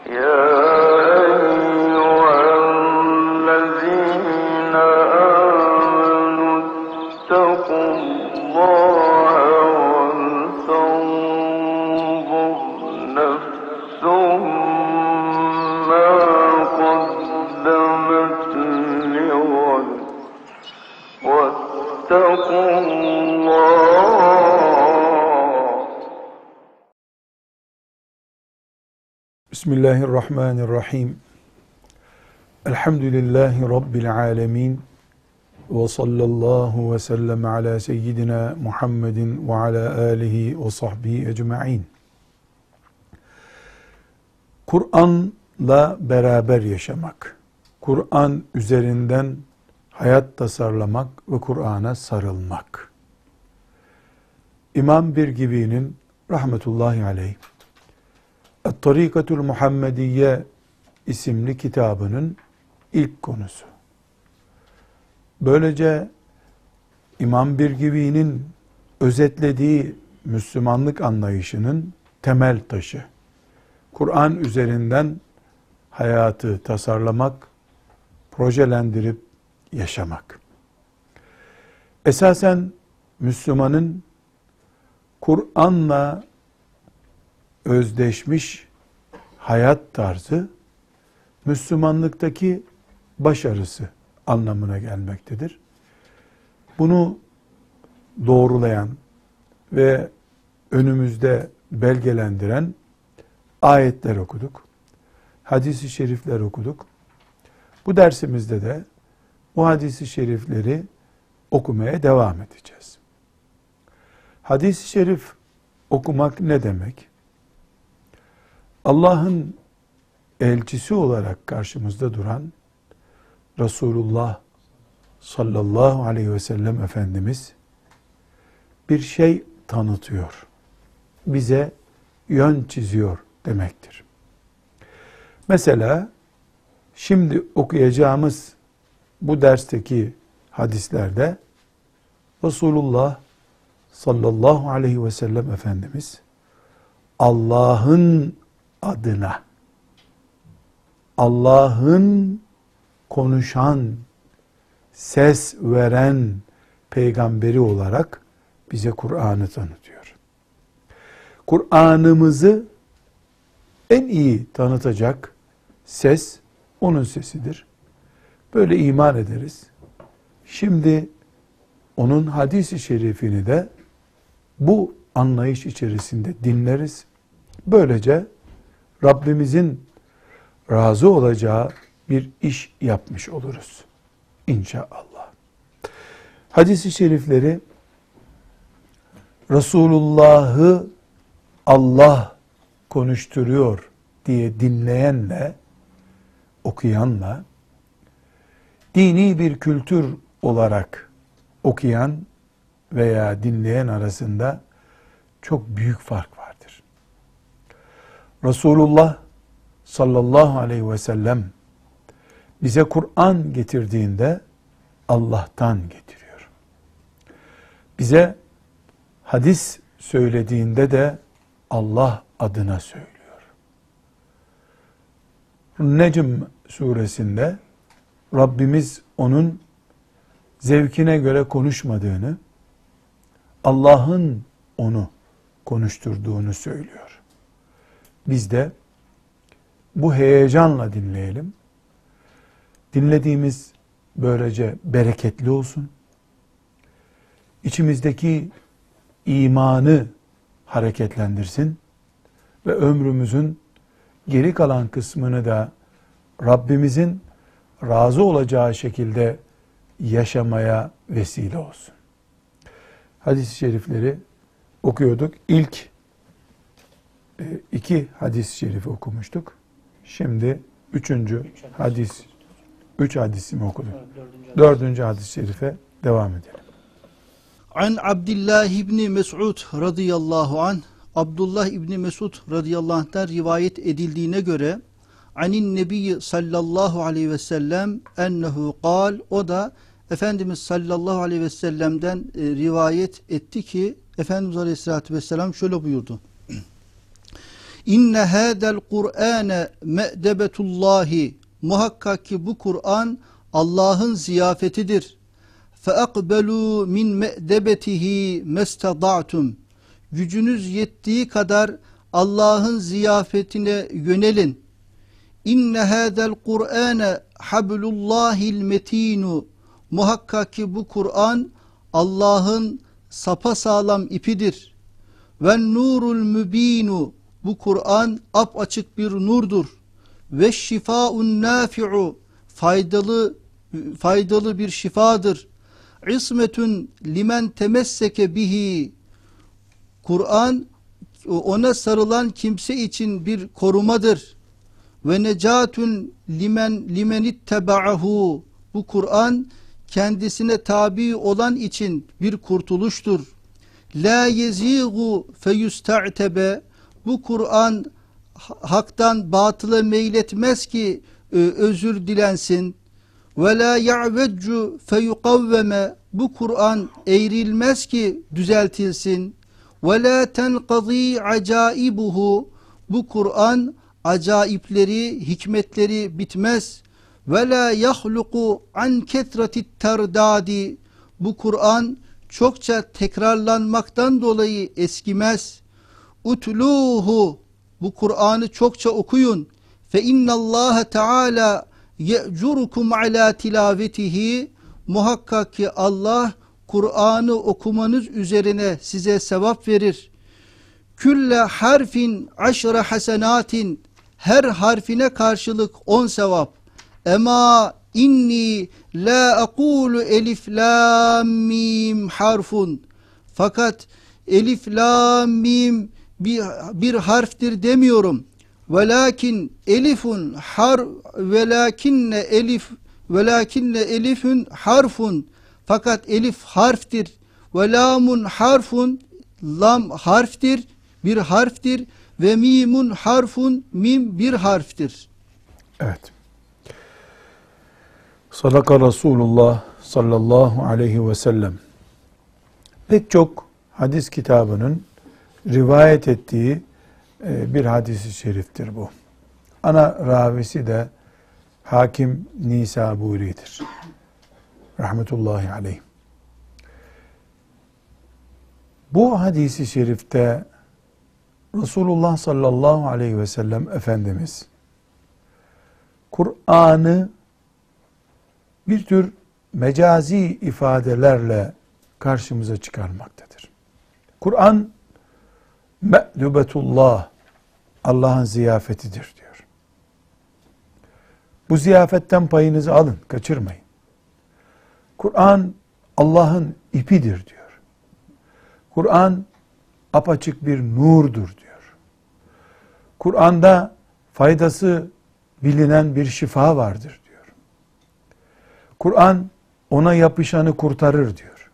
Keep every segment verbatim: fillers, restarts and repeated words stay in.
Bismillahirrahmanirrahim. Elhamdülillahi Rabbil alemin. Ve sallallahu ve sellem ala seyyidina Muhammedin ve ala alihi ve sahbihi ecma'in. Kur'an'la beraber yaşamak, Kur'an üzerinden hayat tasarlamak ve Kur'an'a sarılmak. İmam Birgibi'nin rahmetullahi aleyh Et-Tarikatul Muhammediye isimli kitabının ilk konusu. Böylece İmam Birgibi'nin özetlediği Müslümanlık anlayışının temel taşı, Kur'an üzerinden hayatı tasarlamak, projelendirip yaşamak. Esasen Müslümanın Kur'an'la özdeşmiş hayat tarzı, Müslümanlıktaki başarısı anlamına gelmektedir. Bunu doğrulayan ve önümüzde belgelendiren ayetler okuduk. Hadis-i şerifler okuduk. Bu dersimizde de bu hadis-i şerifleri okumaya devam edeceğiz. Hadis-i şerif okumak ne demek? Allah'ın elçisi olarak karşımızda duran Resulullah sallallahu aleyhi ve sellem Efendimiz bir şey tanıtıyor, bize yön çiziyor demektir. Mesela şimdi okuyacağımız bu dersteki hadislerde Resulullah sallallahu aleyhi ve sellem Efendimiz Allah'ın adına, Allah'ın konuşan, ses veren peygamberi olarak bize Kur'an'ı tanıtıyor. Kur'an'ımızı en iyi tanıtacak ses onun sesidir. Böyle iman ederiz. Şimdi onun hadis-i şerifini de bu anlayış içerisinde dinleriz. Böylece Rabbimizin razı olacağı bir iş yapmış oluruz İnşallah. Hadis-i şerifleri Resulullah'ı Allah konuşturuyor diye dinleyenle, okuyanla, dini bir kültür olarak okuyan veya dinleyen arasında çok büyük fark vardır. Resulullah sallallahu aleyhi ve sellem bize Kur'an getirdiğinde Allah'tan getiriyor. Bize hadis söylediğinde de Allah adına söylüyor. Necm suresinde Rabbimiz onun zevkine göre konuşmadığını, Allah'ın onu konuşturduğunu söylüyor. Biz de bu heyecanla dinleyelim. Dinlediğimiz böylece bereketli olsun. İçimizdeki imanı hareketlendirsin ve ömrümüzün geri kalan kısmını da Rabbimizin razı olacağı şekilde yaşamaya vesile olsun. Hadis-i şerifleri okuyorduk. İlk iki hadis-i şerifi okumuştuk. Şimdi üçüncü üç hadis, hadis, üç hadisimi okudum. Dördüncü, Dördüncü hadis-i şerife devam edelim. An Abdullah İbni Mes'ud radıyallahu anh, Abdullah İbni Mes'ud radıyallahu anh'tan rivayet edildiğine göre anin nebiyyi sallallahu aleyhi ve sellem ennehu kal, o da Efendimiz sallallahu aleyhi ve sellem'den e, rivayet etti ki Efendimiz aleyhissalatü vesselam şöyle buyurdu. İnne hâdel Kur'âne me'debetullâhi. Muhakkak ki bu Kur'an Allah'ın ziyafetidir. فَاَقْبَلُوا مِنْ مَأْدَبَتِهِ مَسْتَضَعْتُمْ. Gücünüz yettiği kadar Allah'ın ziyafetine yönelin. İnne hâzel Kur'âne hablullâhil metînu. Muhakkak ki bu Kur'an Allah'ın sapasağlam ipidir. Ve nurul mübînu. Bu Kur'an apaçık bir nurdur. Ve şifaun nafi'u. Faydalı faydalı bir şifadır. İsmetun limen temesseke bihi. Kur'an ona sarılan kimse için bir korumadır. Ve necatun limen limenittebahu. Bu Kur'an kendisine tabi olan için bir kurtuluştur. La yezigu feyusta'tebe. Bu Kur'an haktan batıla meyletmez ki özür dilensin. Ve la ya'veccu feyukavveme. Bu Kur'an eğrilmez ki düzeltilsin. Ve la tenqadî acaibuhu. Bu Kur'an acayipleri, hikmetleri bitmez. Ve la yahluku an ketretit terdadi. Bu Kur'an çokça tekrarlanmaktan dolayı eskimez. Utluhu. Bu Kur'an'ı çokça okuyun. Fe innallâhe teâlâ ye'curukum alâ tilavetihi. Muhakkak ki Allah Kur'an'ı okumanız üzerine size sevap verir. Külle harfin aşre hasenatin. Her harfine karşılık on sevap. Ema inni la aqulu elif lam mim harfun. Fakat elif lam mim bir, bir harftir demiyorum. Velakin elifun har velakinne elif velakinne elifun harfun. Fakat elif harftir. Ve lamun harfun. Lam harftir. Bir harftir. Ve mimun harfun. Mim bir harftir. Evet. Sadaka Resulullah sallallahu aleyhi ve sellem. Pek çok hadis kitabının rivayet ettiği bir hadis-i şeriftir bu. Ana ravisi de Hakim Nisaburi'dir. Rahmetullahi aleyh. Bu hadis-i şerifte Resulullah sallallahu aleyhi ve sellem Efendimiz Kur'an'ı bir tür mecazi ifadelerle karşımıza çıkarmaktadır. Kur'an me'dubetullah, Allah'ın ziyafetidir diyor. Bu ziyafetten payınızı alın, kaçırmayın. Kur'an Allah'ın ipidir diyor. Kur'an apaçık bir nurdur diyor. Kur'an'da faydası bilinen bir şifa vardır diyor. Kur'an ona yapışanı kurtarır diyor.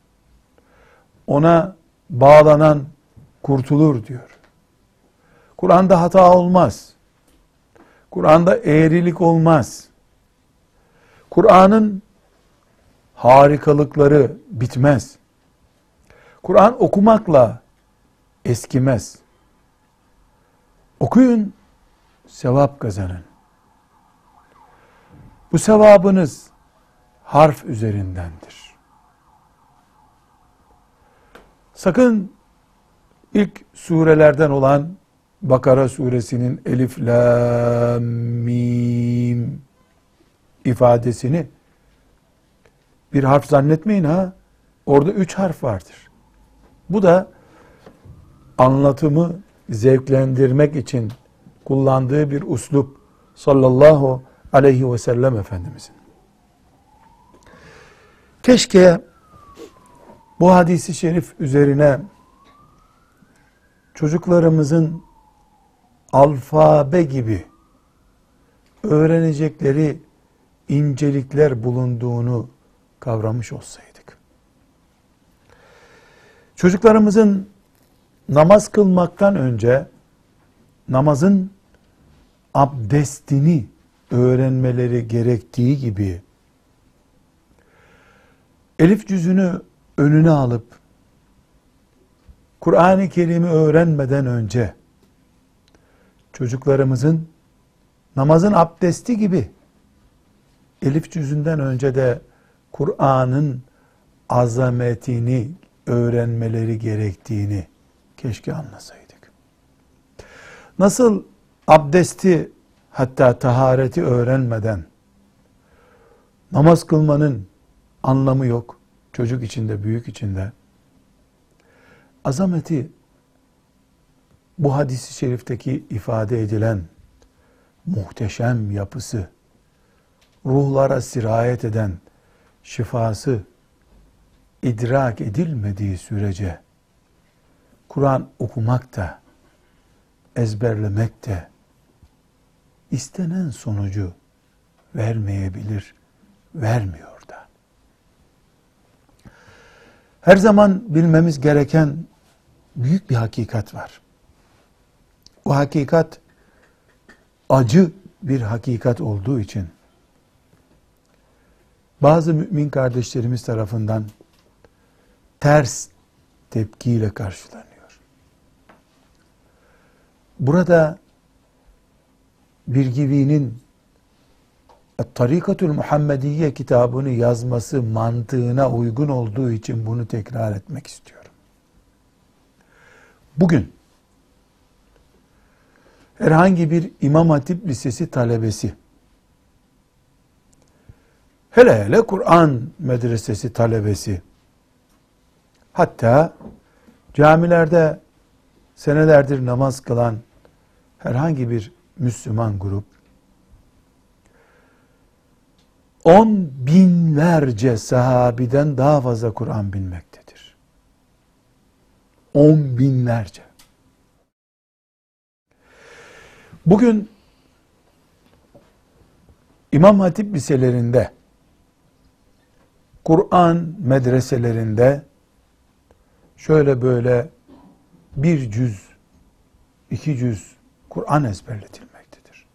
Ona bağlanan kurtulur diyor. Kur'an'da hata olmaz. Kur'an'da eğrilik olmaz. Kur'an'ın harikalıkları bitmez. Kur'an okumakla eskimez. Okuyun, sevap kazanın. Bu sevabınız harf üzerindendir. Sakın ilk surelerden olan Bakara suresinin elif, lam, mim ifadesini bir harf zannetmeyin ha. Orada üç harf vardır. Bu da anlatımı zevklendirmek için kullandığı bir uslup sallallahu aleyhi ve sellem Efendimizin. Keşke bu hadisi şerif üzerine çocuklarımızın alfabe gibi öğrenecekleri incelikler bulunduğunu kavramış olsaydık. Çocuklarımızın namaz kılmaktan önce namazın abdestini öğrenmeleri gerektiği gibi elif cüzünü önüne alıp Kur'an-ı Kerim'i öğrenmeden önce çocuklarımızın namazın abdesti gibi elif cüzünden önce de Kur'an'ın azametini öğrenmeleri gerektiğini keşke anlasaydık. Nasıl abdesti hatta tahareti öğrenmeden namaz kılmanın anlamı yok. Çocuk içinde, büyük içinde. Azameti bu hadis-i şerifteki ifade edilen muhteşem yapısı, ruhlara sirayet eden şifası idrak edilmediği sürece Kur'an okumak da ezberlemek de istenen sonucu vermeyebilir, vermiyor da. Her zaman bilmemiz gereken büyük bir hakikat var. O hakikat acı bir hakikat olduğu için bazı mümin kardeşlerimiz tarafından ters tepkiyle karşılanıyor. Burada Birgivi'nin Tarikatül Muhammediye kitabını yazması mantığına uygun olduğu için bunu tekrar etmek istiyorum. Bugün herhangi bir İmam Hatip Lisesi talebesi, hele hele Kur'an medresesi talebesi, hatta camilerde senelerdir namaz kılan herhangi bir Müslüman grup, on binlerce sahabiden daha fazla Kur'an bilmektedir. On binlerce. Bugün İmam Hatip liselerinde, Kur'an medreselerinde şöyle böyle bir cüz, iki cüz Kur'an ezberletilmektedir.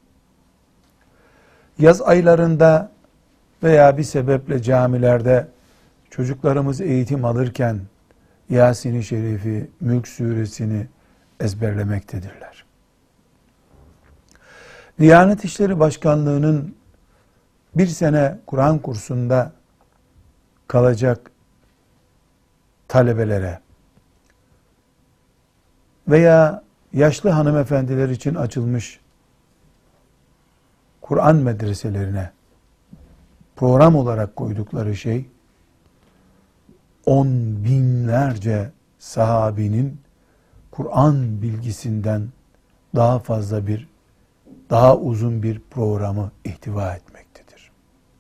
Yaz aylarında veya bir sebeple camilerde çocuklarımız eğitim alırken Yasin-i Şerif'i, Mülk Suresini ezberlemektedirler. Diyanet İşleri Başkanlığı'nın bir sene Kur'an kursunda kalacak talebelere veya yaşlı hanımefendiler için açılmış Kur'an medreselerine program olarak koydukları şey, on binlerce sahabinin Kur'an bilgisinden daha fazla bir, daha uzun bir programı ihtiva etmektedir.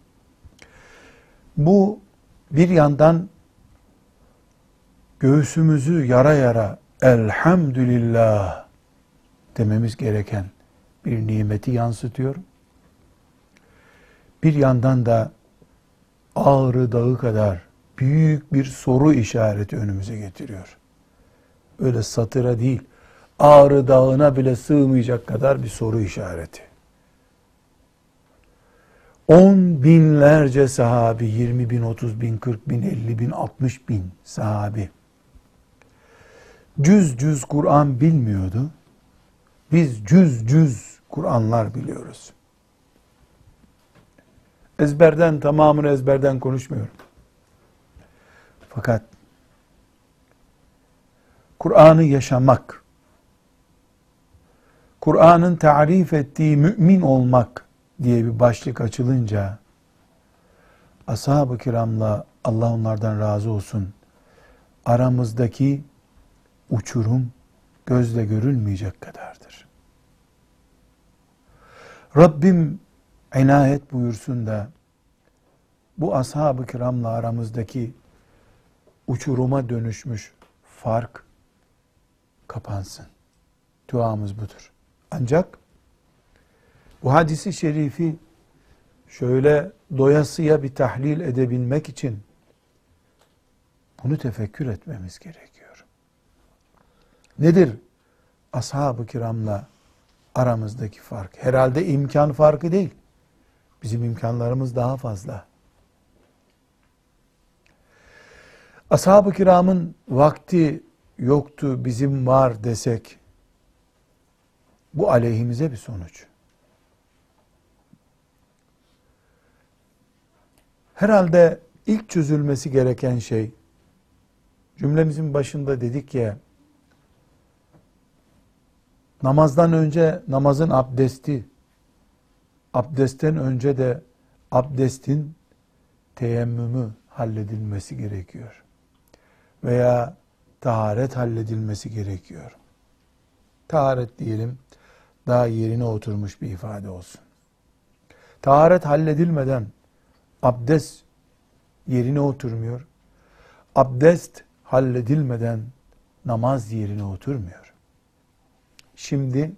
Bu bir yandan göğsümüzü yara yara elhamdülillah dememiz gereken bir nimeti yansıtıyor. Bir yandan da Ağrı Dağı kadar büyük bir soru işareti önümüze getiriyor. Öyle satıra değil, Ağrı Dağı'na bile sığmayacak kadar bir soru işareti. On binlerce sahabi, yirmi bin, otuz bin, kırk bin, elli bin, altmış bin sahabi cüz cüz Kur'an bilmiyordu. Biz cüz cüz Kur'anlar biliyoruz. Ezberden, tamamını ezberden konuşmuyorum. Fakat Kur'an'ı yaşamak, Kur'an'ın tarif ettiği mümin olmak diye bir başlık açılınca, ashab-ı kiramla Allah onlardan razı olsun, aramızdaki uçurum gözle görülmeyecek kadardır. Rabbim inayet buyursun da bu ashab-ı kiramla aramızdaki uçuruma dönüşmüş fark kapansın. Duamız budur. Ancak bu hadisi şerifi şöyle doyasıya bir tahlil edebilmek için bunu tefekkür etmemiz gerekiyor. Nedir ashab-ı kiramla aramızdaki fark? Herhalde imkan farkı değil. Bizim imkanlarımız daha fazla. Ashab-ı kiramın vakti yoktu, bizim var desek Bu aleyhimize bir sonuç. Herhalde ilk çözülmesi gereken şey, cümlemizin başında dedik ya, namazdan önce namazın abdesti, abdestten önce de abdestin teyemmümü halledilmesi gerekiyor. Veya taharet halledilmesi gerekiyor. Taharet diyelim, daha yerine oturmuş bir ifade olsun. Taharet halledilmeden abdest yerine oturmuyor. Abdest halledilmeden namaz yerine oturmuyor. Şimdi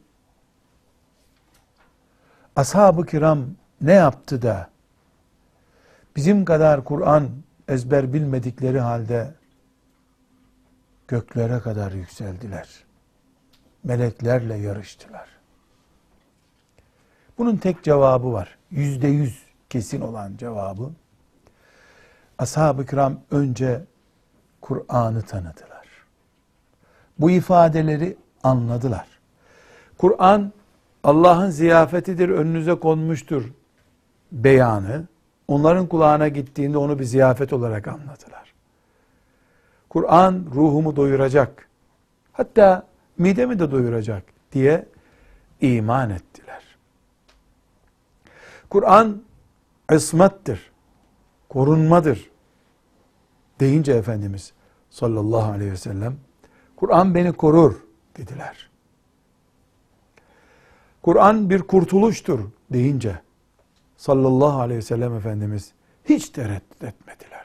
ashab-ı kiram ne yaptı da bizim kadar Kur'an ezber bilmedikleri halde göklere kadar yükseldiler. Meleklerle yarıştılar. Bunun tek cevabı var. Yüzde yüz kesin olan cevabı. Ashab-ı kiram önce Kur'an'ı tanıdılar. Bu ifadeleri anladılar. Kur'an Allah'ın ziyafetidir, önünüze konmuştur beyanı, onların kulağına gittiğinde onu bir ziyafet olarak anladılar. Kur'an ruhumu doyuracak, hatta midemi de doyuracak diye iman ettiler. Kur'an ismattır, korunmadır deyince Efendimiz sallallahu aleyhi ve sellem, Kur'an beni korur dediler. Kur'an bir kurtuluştur deyince sallallahu aleyhi ve sellem Efendimiz hiç tereddüt etmediler.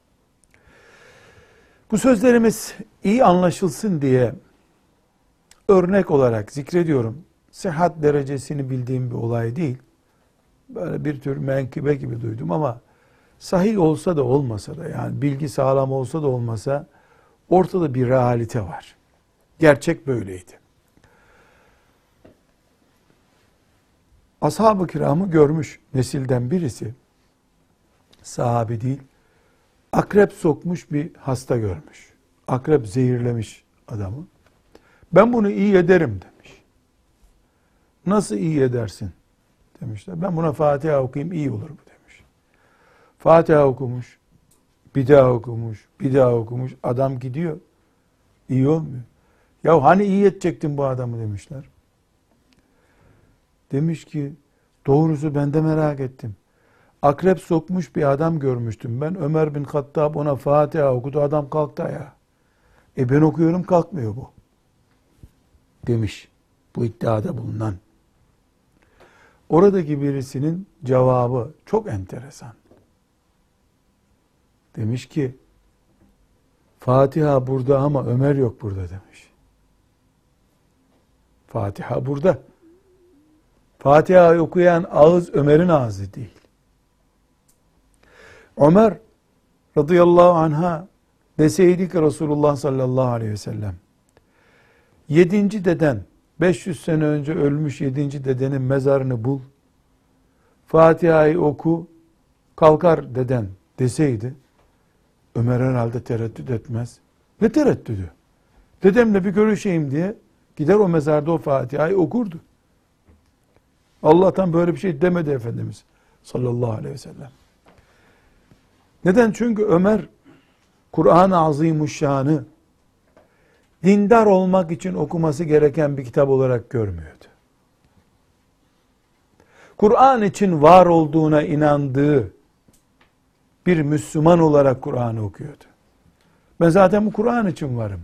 Bu sözlerimiz iyi anlaşılsın diye örnek olarak zikrediyorum. Sıhhat derecesini bildiğim bir olay değil. Böyle bir tür menkıbe gibi duydum ama sahih olsa da olmasa da, yani bilgi sağlam olsa da olmasa, ortada bir realite var. Gerçek böyleydi. Ashab-ı kiramı görmüş nesilden birisi, sahabi değil, akrep sokmuş bir hasta görmüş. Akrep zehirlemiş adamı. Ben bunu iyi ederim demiş. Nasıl iyi edersin demişler. Ben buna Fatiha okuyayım, iyi olur bu demiş. Fatiha okumuş, bir daha okumuş, bir daha okumuş. Adam gidiyor. İyi olmuyor. Ya hani iyi edecektin bu adamı demişler. Demiş ki doğrusu ben de merak ettim. Akrep sokmuş bir adam görmüştüm ben. Ömer bin Hattab ona Fatiha okudu. Adam kalktı ayağa. E ben okuyorum kalkmıyor bu. Demiş bu iddiada bulunan. Oradaki birisinin cevabı çok enteresan. Demiş ki Fatiha burada ama Ömer yok burada demiş. Fatiha burada. Fatiha'yı okuyan ağız Ömer'in ağzı değil. Ömer radıyallahu anha deseydi ki Resulullah sallallahu aleyhi ve sellem, yedinci deden, beş yüz sene önce ölmüş yedinci dedenin mezarını bul, Fatiha'yı oku, kalkar deden deseydi, Ömer herhalde tereddüt etmez. Ne tereddüdü? Dedemle bir görüşeyim diye gider o mezarda o Fatiha'yı okurdu. Allah'tan böyle bir şey demedi Efendimiz sallallahu aleyhi ve sellem. Neden? Çünkü Ömer Kur'an-ı Azimuşşan'ı dindar olmak için okuması gereken bir kitap olarak görmüyordu. Kur'an için var olduğuna inandığı bir Müslüman olarak Kur'an'ı okuyordu. Ben zaten bu Kur'an için varım.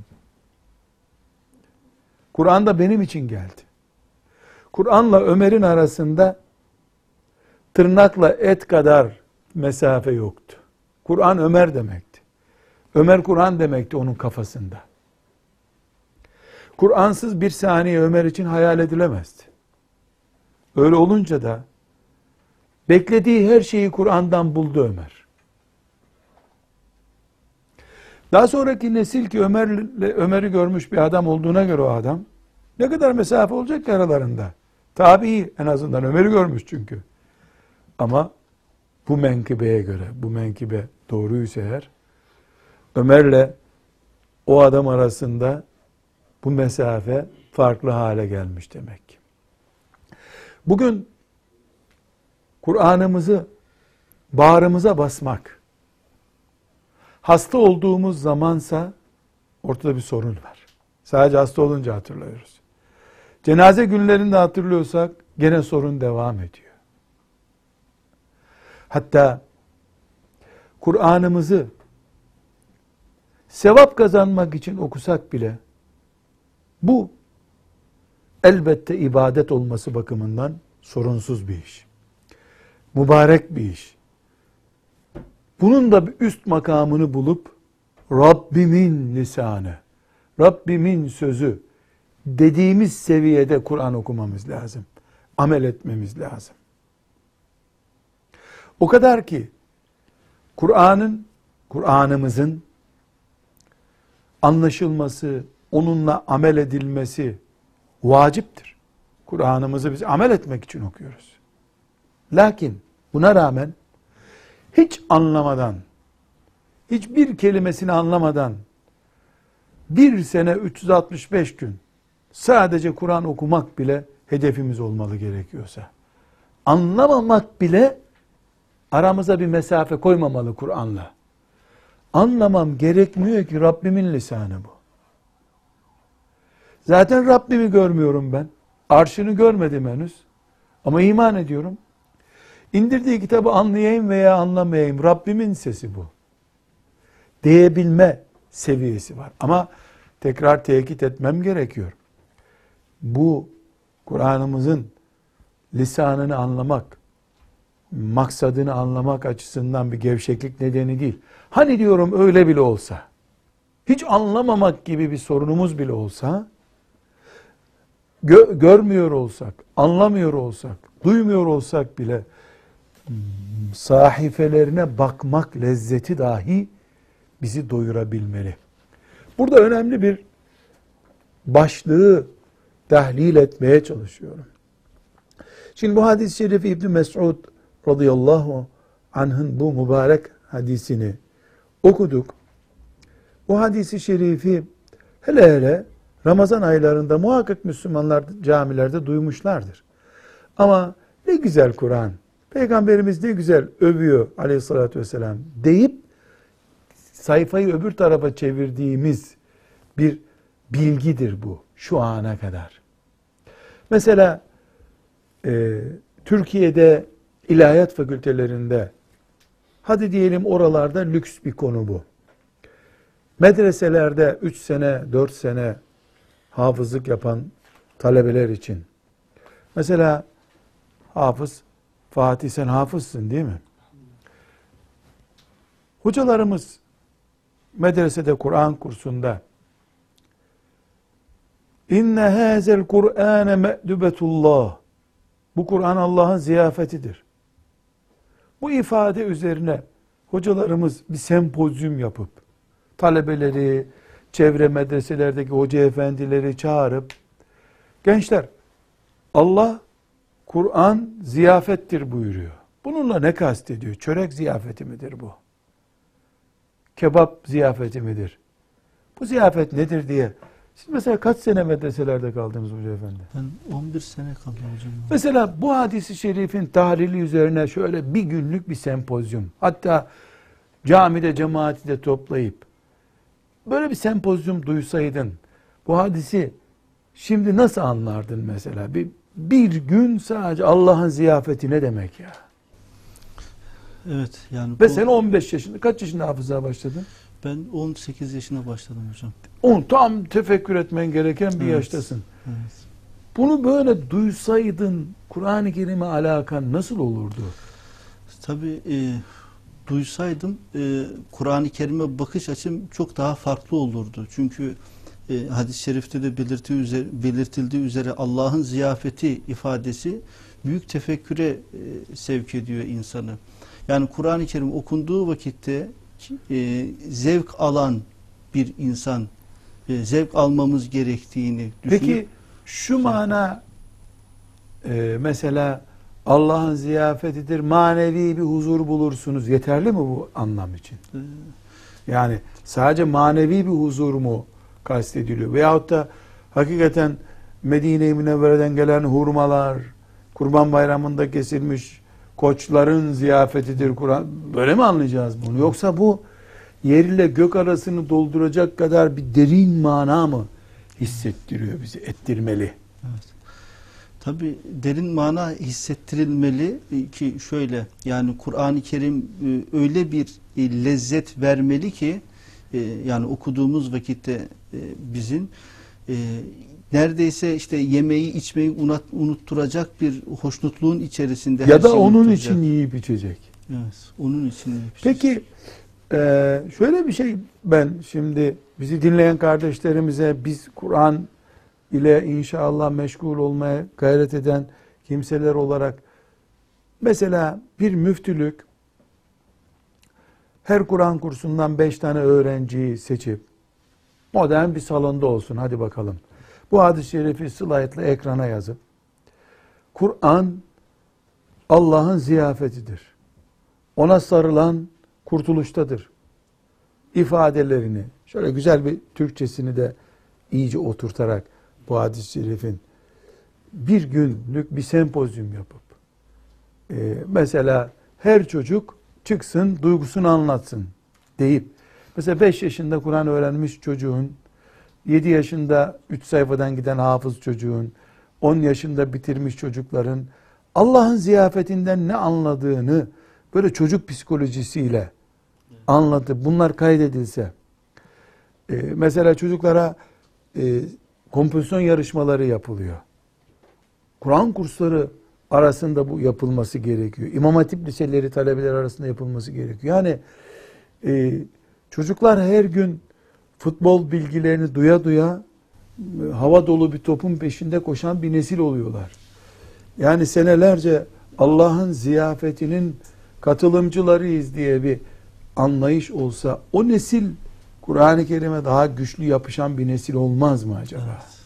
Kur'an da benim için geldi. Kur'an'la Ömer'in arasında tırnakla et kadar mesafe yoktu. Kur'an Ömer demekti. Ömer Kur'an demekti onun kafasında. Kur'ansız bir saniye Ömer için hayal edilemezdi. Öyle olunca da beklediği her şeyi Kur'an'dan buldu Ömer. Daha sonraki nesil ki Ömer'le Ömer'i görmüş bir adam olduğuna göre o adam ne kadar mesafe olacak ki aralarında? Tabii en azından Ömer'i görmüş çünkü. Ama bu menkıbeye göre, bu menkıbe doğruysa eğer, Ömer'le o adam arasında bu mesafe farklı hale gelmiş demek. Bugün Kur'an'ımızı bağrımıza basmak, hasta olduğumuz zamansa ortada bir sorun var. Sadece hasta olunca hatırlıyoruz. Cenaze günlerinde hatırlıyorsak gene sorun devam ediyor. Hatta Kur'an'ımızı sevap kazanmak için okusak bile bu elbette ibadet olması bakımından sorunsuz bir iş. Mübarek bir iş. Bunun da bir üst makamını bulup Rabbimin lisanı, Rabbimin sözü dediğimiz seviyede Kur'an okumamız lazım. Amel etmemiz lazım. O kadar ki Kur'an'ın, Kur'an'ımızın anlaşılması, onunla amel edilmesi vaciptir. Kur'an'ımızı biz amel etmek için okuyoruz. Lakin buna rağmen hiç anlamadan, hiçbir kelimesini anlamadan bir sene üç yüz altmış beş gün sadece Kur'an okumak bile hedefimiz olmalı gerekiyorsa. Anlamamak bile aramıza bir mesafe koymamalı Kur'an'la. Anlamam gerekmiyor ki, Rabbimin lisanı bu. Zaten Rabbimi görmüyorum ben. Arşını görmedim henüz. Ama iman ediyorum. İndirdiği kitabı anlayayım veya anlamayayım, Rabbimin sesi bu diyebilme seviyesi var. Ama tekrar tekit etmem gerekiyor. Bu Kur'an'ımızın lisanını anlamak, maksadını anlamak açısından bir gevşeklik nedeni değil. Hani diyorum öyle bile olsa, hiç anlamamak gibi bir sorunumuz bile olsa, gö- görmüyor olsak, anlamıyor olsak, duymuyor olsak bile sahifelerine bakmak lezzeti dahi bizi doyurabilmeli. Burada önemli bir başlığı tahlil etmeye çalışıyorum. Şimdi bu hadis-i şerifi İbn Mes'ud radıyallahu anh'ın bu mübarek hadisini okuduk. Bu hadisi şerifi hele hele Ramazan aylarında muhakkak Müslümanlar camilerde duymuşlardır. Ama ne güzel Kur'an, Peygamberimiz ne güzel övüyor aleyhissalatü vesselam deyip sayfayı öbür tarafa çevirdiğimiz bir bilgidir bu şu ana kadar. Mesela e, Türkiye'de ilahiyat fakültelerinde, hadi diyelim oralarda lüks bir konu bu. Medreselerde üç sene, dört sene hafızlık yapan talebeler için. Mesela hafız, Fatih sen hafızsın değil mi? Hocalarımız medresede Kur'an kursunda İnne hazel Kur'ane me'dubetullah, bu Kur'an Allah'ın ziyafetidir. Bu ifade üzerine hocalarımız bir sempozyum yapıp talebeleri, çevre medreselerdeki hoca efendileri çağırıp, gençler, Allah Kur'an ziyafettir buyuruyor. Bununla ne kastediyor? Çörek ziyafeti midir bu? Kebap ziyafeti midir? Bu ziyafet nedir diye. Siz mesela kaç sene medreselerde kaldınız hoca efendi? Ben on bir sene kaldım hocam. Mesela bu hadisi şerifin tahlili üzerine şöyle bir günlük bir sempozyum, hatta camide cemaati de toplayıp böyle bir sempozyum duysaydın, bu hadisi şimdi nasıl anlardın mesela? Bir, bir gün sadece Allah'ın ziyafeti ne demek ya? Evet yani Ve bu, sen on beş yaşında, kaç yaşında hafızlığa başladın? ben on sekiz yaşına başladım hocam. On, tam tefekkür etmen gereken bir Evet, yaştasın. Evet. Bunu böyle duysaydın Kur'an-ı Kerim'e alakan nasıl olurdu? Tabii e, duysaydım e, Kur'an-ı Kerim'e bakış açım çok daha farklı olurdu. Çünkü e, hadis-i şerifte de belirtildiği üzere, belirtildiği üzere Allah'ın ziyafeti ifadesi büyük tefekküre e, sevk ediyor insanı. Yani Kur'an-ı Kerim okunduğu vakitte e, zevk alan bir insan, e, zevk almamız gerektiğini düşünüyor. Peki şu mana e, mesela Allah'ın ziyafetidir, manevi bir huzur bulursunuz. Yeterli mi bu anlam için? E, Yani sadece manevi bir huzur mu kastediliyor? Veyahut da hakikaten Medine-i Münevvere'den gelen hurmalar, Kurban Bayramı'nda kesilmiş koçların ziyafetidir Kur'an. Böyle mi anlayacağız bunu? Yoksa bu yer ile gök arasını dolduracak kadar bir derin mana mı hissettiriyor bizi, ettirmeli? Evet. Tabii derin mana hissettirilmeli ki şöyle, yani Kur'an-ı Kerim e, öyle bir e, lezzet vermeli ki e, yani okuduğumuz vakitte e, bizim e, neredeyse işte yemeği içmeyi unut, unutturacak bir hoşnutluğun içerisinde. Ya da onun için yiyip içecek. Evet, onun için yiyip içecek. Peki e, şöyle bir şey, ben şimdi bizi dinleyen kardeşlerimize, biz Kur'an ile inşallah meşgul olmaya gayret eden kimseler olarak, mesela bir müftülük her Kur'an kursundan beş tane öğrenciyi seçip modern bir salonda olsun, hadi bakalım, bu hadis-i şerifi slaytla ekrana yazıp, Kur'an Allah'ın ziyafetidir, ona sarılan kurtuluştadır ifadelerini şöyle güzel bir Türkçesini de iyice oturtarak bu hadis-i şerifin bir günlük bir sempozyum yapıp e, mesela her çocuk çıksın duygusunu anlatsın deyip, mesela beş yaşında Kur'an öğrenmiş çocuğun, yedi yaşında üç sayfadan giden hafız çocuğun, on yaşında bitirmiş çocukların Allah'ın ziyafetinden ne anladığını böyle çocuk psikolojisiyle anlatıp bunlar kaydedilse, e, mesela çocuklara e, kompozisyon yarışmaları yapılıyor. Kur'an kursları arasında bu yapılması gerekiyor. İmam Hatip liseleri talebeler arasında yapılması gerekiyor. Yani e, çocuklar her gün futbol bilgilerini duya duya e, hava dolu bir topun peşinde koşan bir nesil oluyorlar. Yani senelerce Allah'ın ziyafetinin katılımcılarıyız diye bir anlayış olsa, o nesil Kur'an-ı Kerim'e daha güçlü yapışan bir nesil olmaz mı acaba? Evet.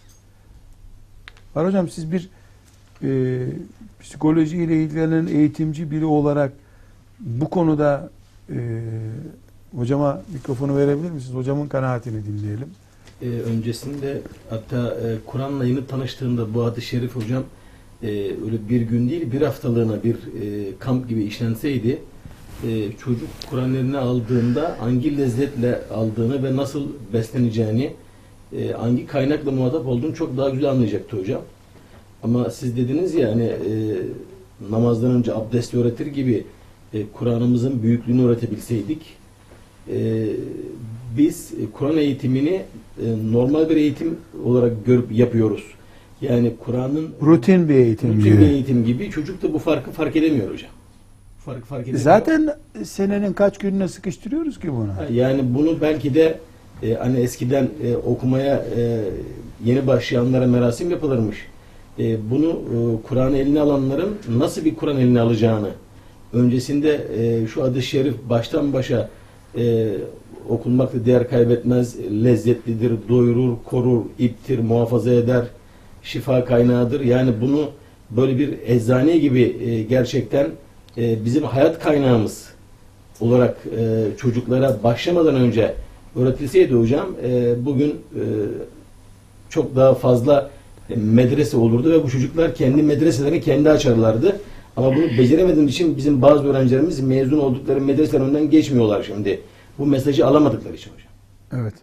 Var hocam, siz bir e, psikolojiyle ilgilenen eğitimci biri olarak bu konuda e, hocama mikrofonu verebilir misiniz? Hocamın kanaatini dinleyelim. Ee, öncesinde hatta e, Kur'an'la yeni tanıştığımda bu hadis-i şerif hocam e, öyle bir gün değil bir haftalığına bir e, kamp gibi işlenseydi, e, çocuk Kur'an eline aldığında hangi lezzetle aldığını ve nasıl besleneceğini, e, hangi kaynakla muhatap olduğunu çok daha güzel anlayacaktı hocam. Ama siz dediniz ya hani e, namazdan önce abdesti öğretir gibi e, Kur'an'ımızın büyüklüğünü öğretebilseydik, e, biz e, Kur'an eğitimini e, normal bir eğitim olarak görüp yapıyoruz. Yani Kur'an'ın rutin bir eğitim rutin gibi. bir eğitim gibi. Çocuk da bu farkı fark edemiyor hocam. Fark fark edemiyor. Zaten senenin kaç gününe sıkıştırıyoruz ki bunu? Yani bunu belki de e, hani eskiden e, okumaya e, yeni başlayanlara merasim yapılırmış. E, bunu e, Kur'an eline alanların nasıl bir Kur'an eline alacağını, öncesinde e, şu hadis-i şerif baştan başa e, okunmakta değer kaybetmez, lezzetlidir, doyurur, korur, iptir, muhafaza eder, şifa kaynağıdır. Yani bunu böyle bir eczane gibi e, gerçekten e, bizim hayat kaynağımız olarak e, çocuklara başlamadan önce öğretilseydi hocam, e, bugün e, çok daha fazla e, medrese olurdu ve bu çocuklar kendi medreselerini kendi açarlardı. Ama bunu beceremediğimiz için bizim bazı öğrencilerimiz mezun oldukları medreselerin önünden geçmiyorlar şimdi. Bu mesajı alamadıkları için hocam. Evet.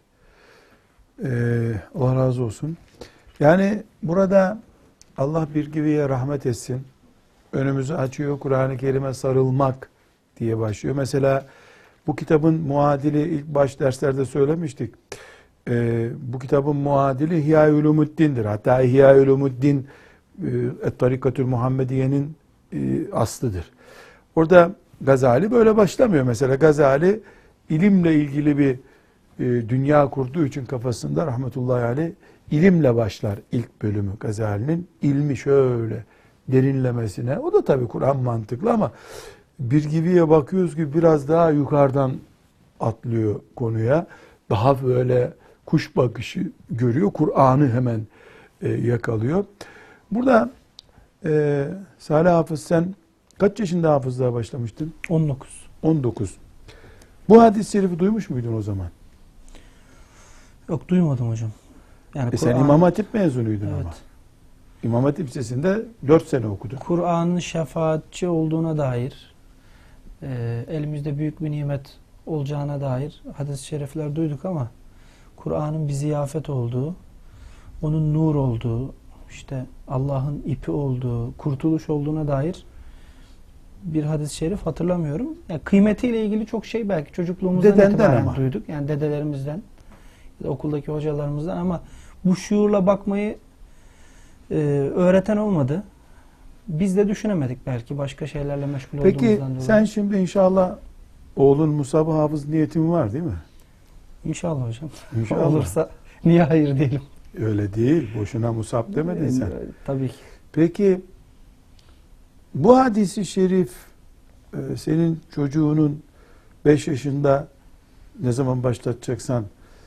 Ee, Allah razı olsun. Yani burada Allah bir gibiye rahmet etsin. Önümüzü açıyor, Kur'an-ı Kerim'e sarılmak diye başlıyor. Mesela bu kitabın muadili ilk baş derslerde söylemiştik. Ee, bu kitabın muadili İhya-i Ulumuddin'dir. Hatta İhya-i Ulumuddin e, Tarikatül Muhammediye'nin e, aslıdır. Orada Gazali böyle başlamıyor. Mesela Gazali ilimle ilgili bir e, dünya kurduğu için kafasında rahmetullahi aleyh ilimle başlar ilk bölümü Gazali'nin. İlmi şöyle derinlemesine. O da tabii Kur'an mantıklı ama bir gibiye bakıyoruz ki biraz daha yukarıdan atlıyor konuya. Daha böyle kuş bakışı görüyor. Kur'an'ı hemen e, yakalıyor. Burada e, Salih Hafız, sen kaç yaşında hafızlığa başlamıştın? on dokuz. on dokuz. Bu hadis-i şerifi duymuş muydun o zaman? Yok, duymadım hocam. Yani E sen İmam Hatip mezunuydun evet. ama. İmam Hatip Lisesi'nde dört sene okudun. Kur'an'ın şefaatçi olduğuna dair, e, elimizde büyük bir nimet olacağına dair hadis-i şerifler duyduk ama Kur'an'ın bir ziyafet olduğu, onun nur olduğu, işte Allah'ın ipi olduğu, kurtuluş olduğuna dair bir hadis-i şerif hatırlamıyorum. Yani kıymetiyle ilgili çok şey belki çocukluğumuzdan Dedenden itibaren ama. duyduk. Yani dedelerimizden, ya da okuldaki hocalarımızdan, ama bu şuurla bakmayı e, öğreten olmadı. Biz de düşünemedik belki başka şeylerle meşgul Peki olduğumuzdan dolayı. sen şimdi inşallah oğlun Musab hafız niyetin var değil mi? İnşallah hocam. İnşallah. Olursa niye hayır diyelim. Öyle değil. Boşuna Musab demedin sen. Ee, Tabii ki. Peki bu hadisi şerif e, senin çocuğunun beş yaşında ne zaman başlatacaksan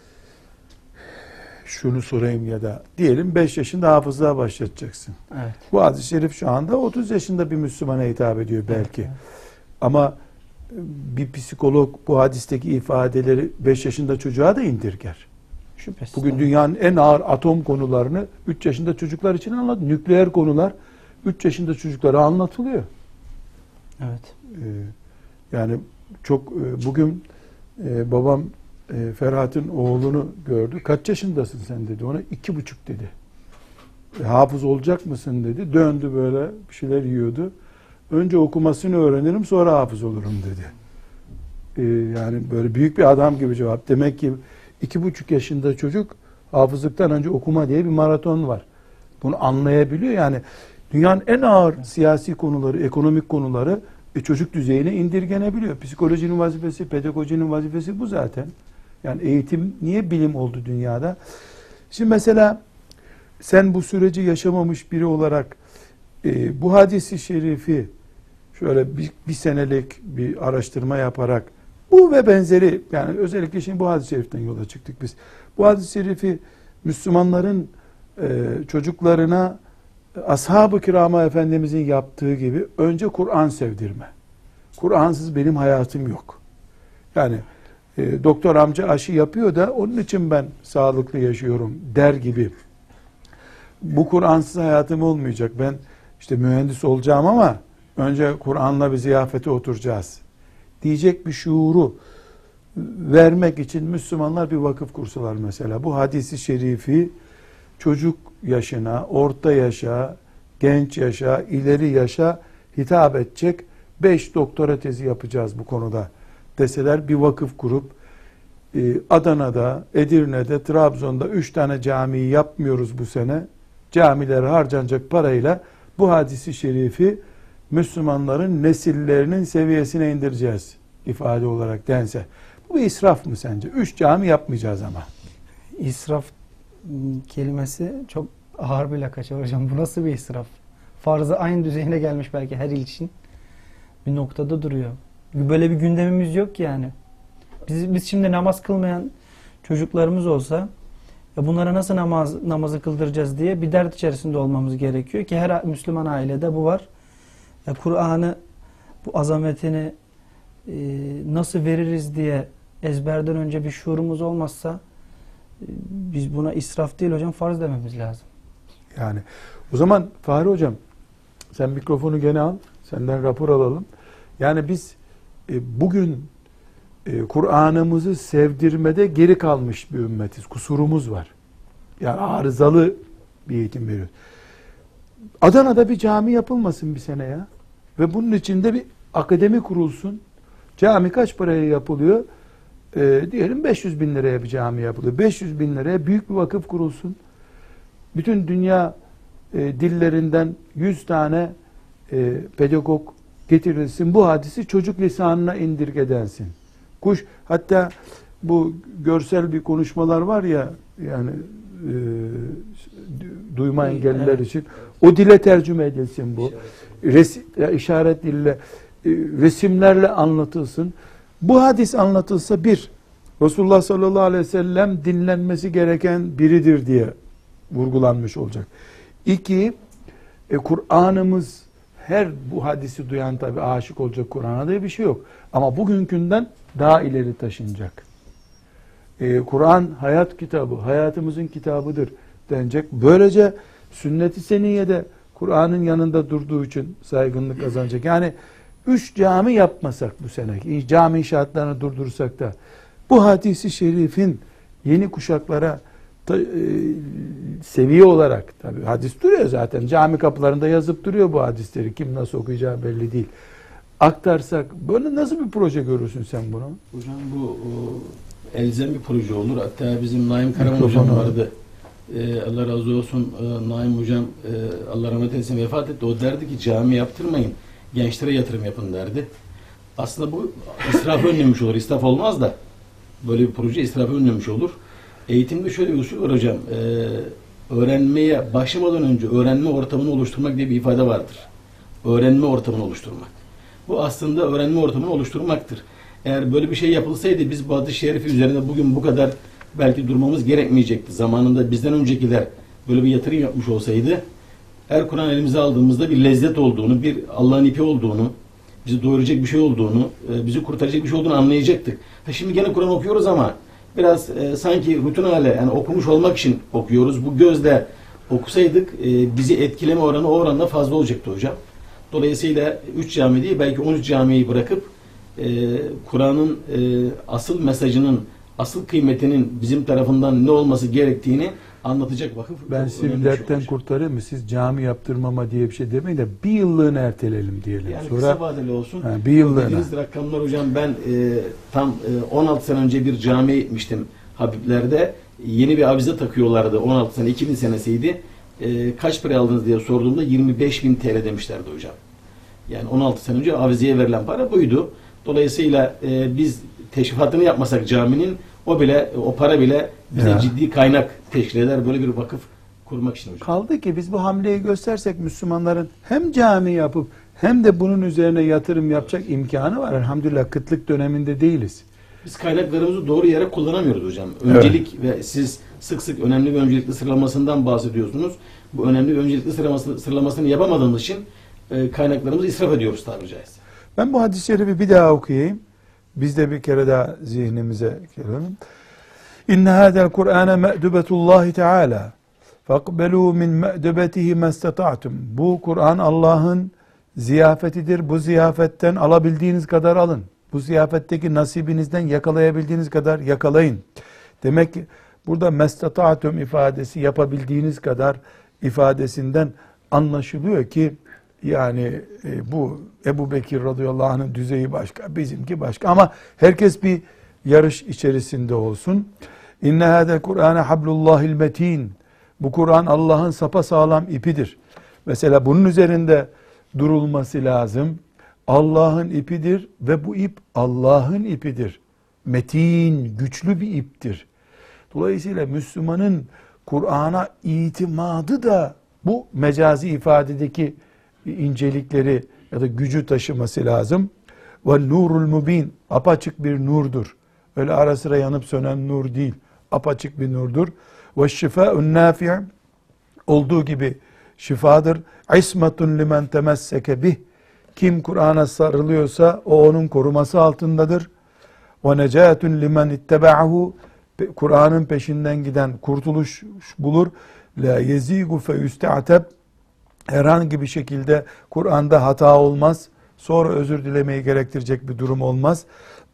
şunu sorayım, ya da diyelim beş yaşında hafızlığa başlatacaksın. Evet. Bu hadis-i şerif şu anda otuz yaşında bir Müslümana hitap ediyor belki. Evet. Ama bir psikolog bu hadisteki ifadeleri beş yaşında çocuğa da indirger. Şüphesiz. Bugün tabii. dünyanın en ağır atom konularını üç yaşında çocuklar için anlat. Nükleer konular üç yaşında çocuklara anlatılıyor. Evet. Ee, yani çok e, bugün e, babam e, Ferhat'ın oğlunu gördü. Kaç yaşındasın sen dedi. Ona iki buçuk dedi. E, hafız olacak mısın dedi. Döndü böyle bir şeyler yiyordu. Önce okumasını öğrenirim sonra hafız olurum dedi. Ee, yani böyle büyük bir adam gibi cevap. Demek ki iki buçuk yaşında çocuk hafızlıktan önce okuma diye bir maraton var. Bunu anlayabiliyor. Yani dünyanın en ağır siyasi konuları, ekonomik konuları e, çocuk düzeyine indirgenebiliyor. Psikolojinin vazifesi, pedagojinin vazifesi bu zaten. Yani eğitim niye bilim oldu dünyada? Şimdi mesela sen bu süreci yaşamamış biri olarak e, bu hadisi şerifi şöyle bir, bir senelik bir araştırma yaparak bu ve benzeri, yani özellikle şimdi bu hadis-i şeriften yola çıktık biz. Bu hadis-i şerifi Müslümanların e, çocuklarına ashab-ı kirama Efendimizin yaptığı gibi önce Kur'an sevdirme. Kur'ansız benim hayatım yok. Yani e, doktor amca aşı yapıyor da onun için ben sağlıklı yaşıyorum der gibi. Bu Kur'ansız hayatım olmayacak. Ben işte mühendis olacağım ama önce Kur'an'la bir ziyafete oturacağız diyecek bir şuuru vermek için Müslümanlar bir vakıf kursalar mesela. Bu hadisi şerifi çocuk yaşına, orta yaşa, genç yaşa, ileri yaşa hitap edecek beş doktora tezi yapacağız bu konuda deseler, bir vakıf kurup Adana'da, Edirne'de, Trabzon'da üç tane camiyi yapmıyoruz bu sene. Camilere harcanacak parayla bu hadisi şerifi Müslümanların nesillerinin seviyesine indireceğiz ifade olarak dense. Bu bir israf mı sence? Üç cami yapmayacağız ama. İsraf kelimesi çok ağır bir lakaç hocam. Bu nasıl bir israf? Farzı aynı düzeyine gelmiş belki her il için. Bir noktada duruyor. Böyle bir gündemimiz yok ki yani. Biz, biz şimdi namaz kılmayan çocuklarımız olsa ya bunlara nasıl namaz namazı kıldıracağız diye bir dert içerisinde olmamız gerekiyor ki her Müslüman ailede bu var. Ya Kur'an'ı, bu azametini e, nasıl veririz diye ezberden önce bir şuurumuz olmazsa e, biz buna israf değil hocam, farz dememiz lazım. Yani o zaman Fahri hocam sen mikrofonu gene al. Senden rapor alalım. Yani biz e, bugün e, Kur'an'ımızı sevdirmede geri kalmış bir ümmetiz. Kusurumuz var. Yani arızalı bir eğitim veriyoruz. Adana'da bir cami yapılmasın bir sene ya. Ve bunun içinde bir akademi kurulsun. Cami kaç paraya yapılıyor? E, diyelim beş yüz bin liraya bir cami yapılıyor. beş yüz bin liraya büyük bir vakıf kurulsun. Bütün dünya e, dillerinden yüz tane e, pedagog getirilsin. Bu hadisi çocuk lisanına indirgedensin. Kuş, hatta bu görsel bir konuşmalar var ya, yani e, duyma engelliler Evet. için. O dile tercüme edilsin bu. Resim, işaret dille, e, resimlerle anlatılsın. Bu hadis anlatılsa, bir, Resulullah sallallahu aleyhi ve sellem dinlenmesi gereken biridir diye vurgulanmış olacak. İki, e, Kur'an'ımız, her bu hadisi duyan tabi aşık olacak Kur'an'a diye bir şey yok. Ama bugünkünden daha ileri taşınacak. Ee, Kur'an hayat kitabı, hayatımızın kitabıdır denecek. Böylece Sünnet-i seniyede Kur'an'ın yanında durduğu için saygınlık kazanacak. Yani üç cami yapmasak bu sene, cami inşaatlarını durdursak da bu hadisi şerifin yeni kuşaklara ta, e, seviye olarak, tabii hadis duruyor zaten, cami kapılarında yazıp duruyor bu hadisleri, kim nasıl okuyacağı belli değil, aktarsak böyle nasıl bir proje görürsün sen bunu? Hocam bu o, elzem bir proje olur. Hatta bizim Naim Karaman hocam vardı. Ee, Allah razı olsun. Ee, Naim hocam e, Allah rahmet eylesin vefat etti. O derdi ki cami yaptırmayın, gençlere yatırım yapın derdi. Aslında bu israfı önlemiş olur. İsraf olmaz da böyle bir proje israfı önlemiş olur. Eğitimde şöyle bir usul var hocam. Ee, öğrenmeye başlamadan önce öğrenme ortamını oluşturmak diye bir ifade vardır. Öğrenme ortamını oluşturmak. Bu aslında öğrenme ortamını oluşturmaktır. Eğer böyle bir şey yapılsaydı biz bu hadis-i şerifi üzerinde bugün bu kadar belki durmamız gerekmeyecekti. Zamanında bizden öncekiler böyle bir yatırım yapmış olsaydı, her Kur'an elimize aldığımızda bir lezzet olduğunu, bir Allah'ın ipi olduğunu, bizi doyuracak bir şey olduğunu, bizi kurtaracak bir şey olduğunu anlayacaktık. Ha şimdi gene Kur'an okuyoruz ama biraz e, sanki rutin hale, yani okumuş olmak için okuyoruz. Bu gözle okusaydık e, bizi etkileme oranı o oranda fazla olacaktı hocam. Dolayısıyla üç cami değil belki on üç camiyi bırakıp e, Kur'an'ın e, asıl mesajının, asıl kıymetinin bizim tarafından ne olması gerektiğini anlatacak vakıf. Ben sizi bir dertten kurtarayım mı? Siz cami yaptırmama diye bir şey demeyin de bir yıllığını erteleyelim diyelim. Yani Sonra, kısa vadeli olsun. He, bir yıllığına. Dediğiniz rakamlar hocam, ben e, tam e, on altı sene önce bir camiye gitmiştim Habibler'de. Yeni bir avize takıyorlardı. on altı sene, iki bin senesiydi. E, kaç para aldınız diye sorduğumda yirmi beş bin T L demişlerdi hocam. Yani on altı sene önce avizeye verilen para buydu. Dolayısıyla e, biz teşrifatını yapmasak caminin, o bile, o para bile bize Ya. ciddi kaynak teşkil eder böyle bir vakıf kurmak için hocam. Kaldı ki biz bu hamleyi göstersek Müslümanların hem cami yapıp hem de bunun üzerine yatırım yapacak imkanı var. Elhamdülillah kıtlık döneminde değiliz. Biz kaynaklarımızı doğru yere kullanamıyoruz hocam. Öncelik evet. Ve siz sık sık önemli ve öncelikli sıralamasından bahsediyorsunuz. Bu önemli ve öncelikli sıralamasını, sıralamasını yapamadığımız için e, kaynaklarımızı israf ediyoruz tabiri caizse. Ben bu hadis-i şerifi bir daha okuyayım. Biz de bir kere daha zihnimize girelim. İnne hâzel Kur'âne me'dubetullâhi teâlâ faqbelû min me'dubetihi mestata'tum. Bu Kur'an Allah'ın ziyafetidir. Bu ziyafetten alabildiğiniz kadar alın. Bu ziyafetteki nasibinizden yakalayabildiğiniz kadar yakalayın. Demek ki burada mestata'tum ifadesi yapabildiğiniz kadar ifadesinden anlaşılıyor ki yani e, bu Ebu Bekir radıyallahu anh'ın düzeyi başka, bizimki başka, ama herkes bir yarış içerisinde olsun. İnne hâzel Kur'âne hablullahil metin. Bu Kur'an Allah'ın sapasağlam ipidir. Mesela bunun üzerinde durulması lazım. Allah'ın ipidir ve bu ip Allah'ın ipidir. Metin, güçlü bir iptir. Dolayısıyla Müslümanın Kur'an'a itimadı da bu mecazi ifadedeki incelikleri ya da gücü taşıması lazım. Ve nurul mubin, apaçık bir nurdur. Öyle ara sıra yanıp sönen nur değil, apaçık bir nurdur. Ve şifâ'un nâfi', olduğu gibi şifadır. İsmetun limen temesseke bih, kim Kur'an'a sarılıyorsa o onun koruması altındadır. Ve necâtun limen ittebe'ahu, Kur'an'ın peşinden giden kurtuluş bulur. La yezigu fe yüste'ateb, herhangi bir şekilde Kur'an'da hata olmaz. Sonra özür dilemeyi gerektirecek bir durum olmaz.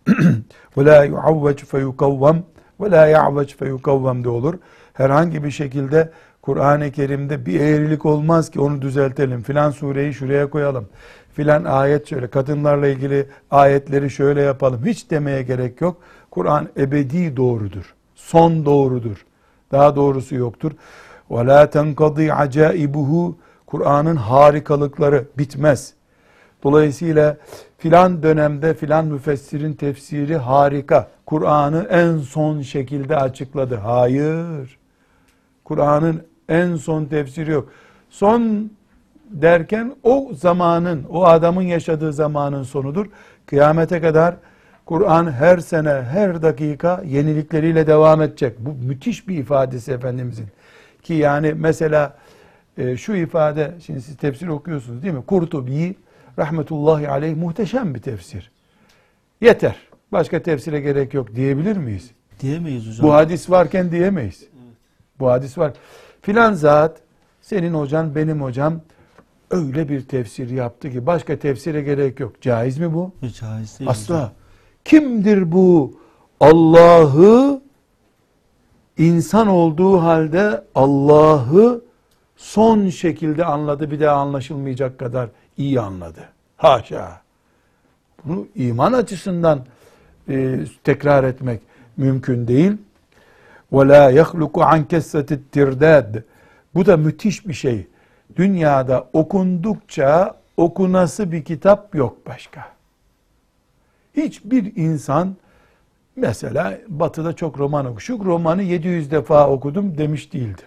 Ve la yuavvec fe yukavvam ve la ya'vec fe yukavvam de olur. Herhangi bir şekilde Kur'an-ı Kerim'de bir eğrilik olmaz ki onu düzeltelim. Filan sureyi şuraya koyalım. Filan ayet şöyle, kadınlarla ilgili ayetleri şöyle yapalım. Hiç demeye gerek yok. Kur'an ebedi doğrudur. Son doğrudur. Daha doğrusu yoktur. Ve la tenkadi acaibuhu, Kur'an'ın harikalıkları bitmez. Dolayısıyla filan dönemde filan müfessirin tefsiri harika, Kur'an'ı en son şekilde açıkladı. Hayır. Kur'an'ın en son tefsiri yok. Son derken o zamanın, o adamın yaşadığı zamanın sonudur. Kıyamete kadar Kur'an her sene, her dakika yenilikleriyle devam edecek. Bu müthiş bir ifadesi Efendimizin. Ki yani mesela e, şu ifade, şimdi siz tefsir okuyorsunuz değil mi? Kurtubi rahmetullahi aleyh muhteşem bir tefsir. Yeter. Başka tefsire gerek yok diyebilir miyiz? Diyemeyiz hocam. Bu hadis varken diyemeyiz. Evet. Bu hadis var. Filan zat senin hocan benim hocam öyle bir tefsir yaptı ki başka tefsire gerek yok. Caiz mi bu? Caiz değil. Asla. Kimdir bu? Allah'ı insan olduğu halde Allah'ı son şekilde anladı, bir daha anlaşılmayacak kadar iyi anladı. Haşa. Bunu iman açısından e, tekrar etmek mümkün değil. وَلَا يَخْلُقُ عَنْ كَسَّةِ التِّرْدَادِ. Bu da müthiş bir şey. Dünyada okundukça okunası bir kitap yok başka. Hiçbir insan, mesela Batı'da çok roman oku, şu romanı yedi yüz defa okudum demiş değildir.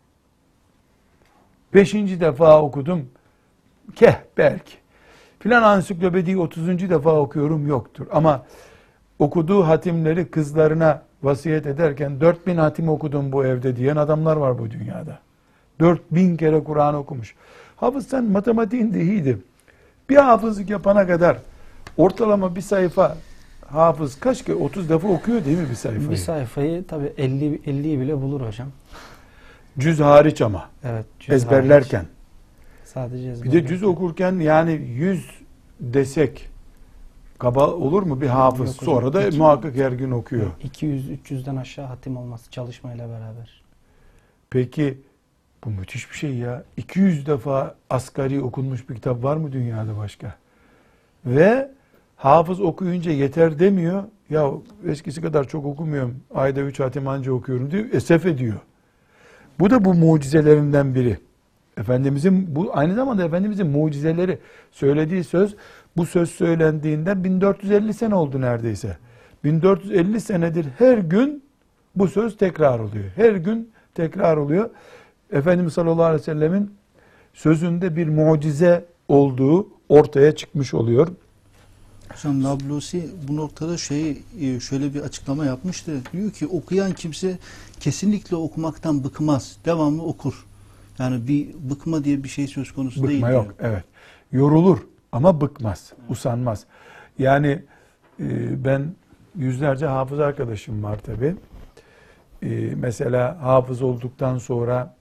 Beşinci defa okudum, keh belki. Filan ansiklopediyi otuzuncu defa okuyorum yoktur. Ama okuduğu hatimleri kızlarına vasiyet ederken dört bin hatim okudum bu evde diyen adamlar var bu dünyada. Dört bin kere Kur'an okumuş. Hafız sen matematiğin de iyiydi. Bir hafızlık yapana kadar ortalama bir sayfa hafız kaç kere otuz defa okuyor değil mi bir sayfayı? Bir sayfayı tabii elli elliyi bile bulur hocam. Cüz hariç ama. Evet. Cüz Ezberlerken. hariç. Sadece Bir ezberlerken. de cüz okurken yani yüz desek kaba olur mu bir hafız? Yok hocam. Sonra da İki- muhakkak her gün okuyor. iki yüz üç yüzden aşağı hatim olması çalışmayla beraber. Peki bu müthiş bir şey ya. iki yüz defa asgari okunmuş bir kitap var mı dünyada başka? Ve hafız okuyunca yeter demiyor. Ya eskisi kadar çok okumuyorum. Ayda üç hatim anca okuyorum diyor. Esef ediyor. Bu da bu mucizelerinden biri. Efendimizin bu aynı zamanda Efendimizin mucizeleri, söylediği söz, bu söz söylendiğinden bin dört yüz elli sene oldu neredeyse. bin dört yüz elli senedir her gün bu söz tekrar oluyor. Her gün tekrar oluyor. Efendimiz sallallahu aleyhi ve sellemin sözünde bir mucize olduğu ortaya çıkmış oluyor. Hocam Nablusi bu noktada şey şöyle bir açıklama yapmıştı. Diyor ki okuyan kimse kesinlikle okumaktan bıkmaz. Devamlı okur. Yani bir bıkma diye bir şey söz konusu değil. Bıkma diyor. yok, evet. Yorulur ama bıkmaz, usanmaz. Yani e, ben yüzlerce hafız arkadaşım var tabii. E, mesela hafız olduktan sonra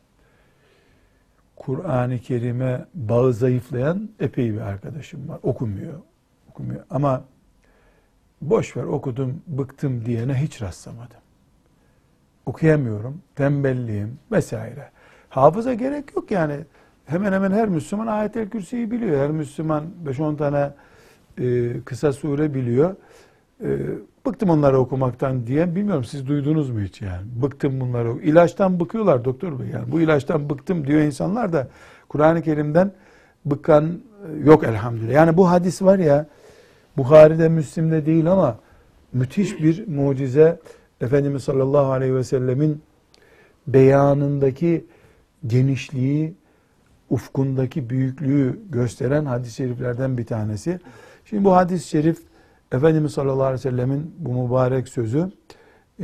Kur'an-ı Kerim'e bağı zayıflayan epey bir arkadaşım var. Okumuyor, okumuyor. Ama boş ver okudum, bıktım diyene hiç rastlamadım. Okuyamıyorum, tembelliğim vesaire. Hafıza gerek yok yani. Hemen hemen her Müslüman Ayet-el Kürsi'yi biliyor. Her Müslüman beş on tane e, kısa sure biliyor. E, bıktım onları okumaktan diyen bilmiyorum siz duydunuz mu hiç yani? Bıktım bunları. İlaçtan bıkıyorlar doktor bey yani. Bu ilaçtan bıktım diyor insanlar da Kur'an-ı Kerim'den bıkan yok elhamdülillah. Yani bu hadis var ya Buhari'de, Müslim'de değil ama müthiş bir mucize. Efendimiz sallallahu aleyhi ve sellemin beyanındaki genişliği, ufkundaki büyüklüğü gösteren hadis-i şeriflerden bir tanesi. Şimdi bu hadis-i şerif Efendimiz sallallahu aleyhi ve sellemin bu mübarek sözü e,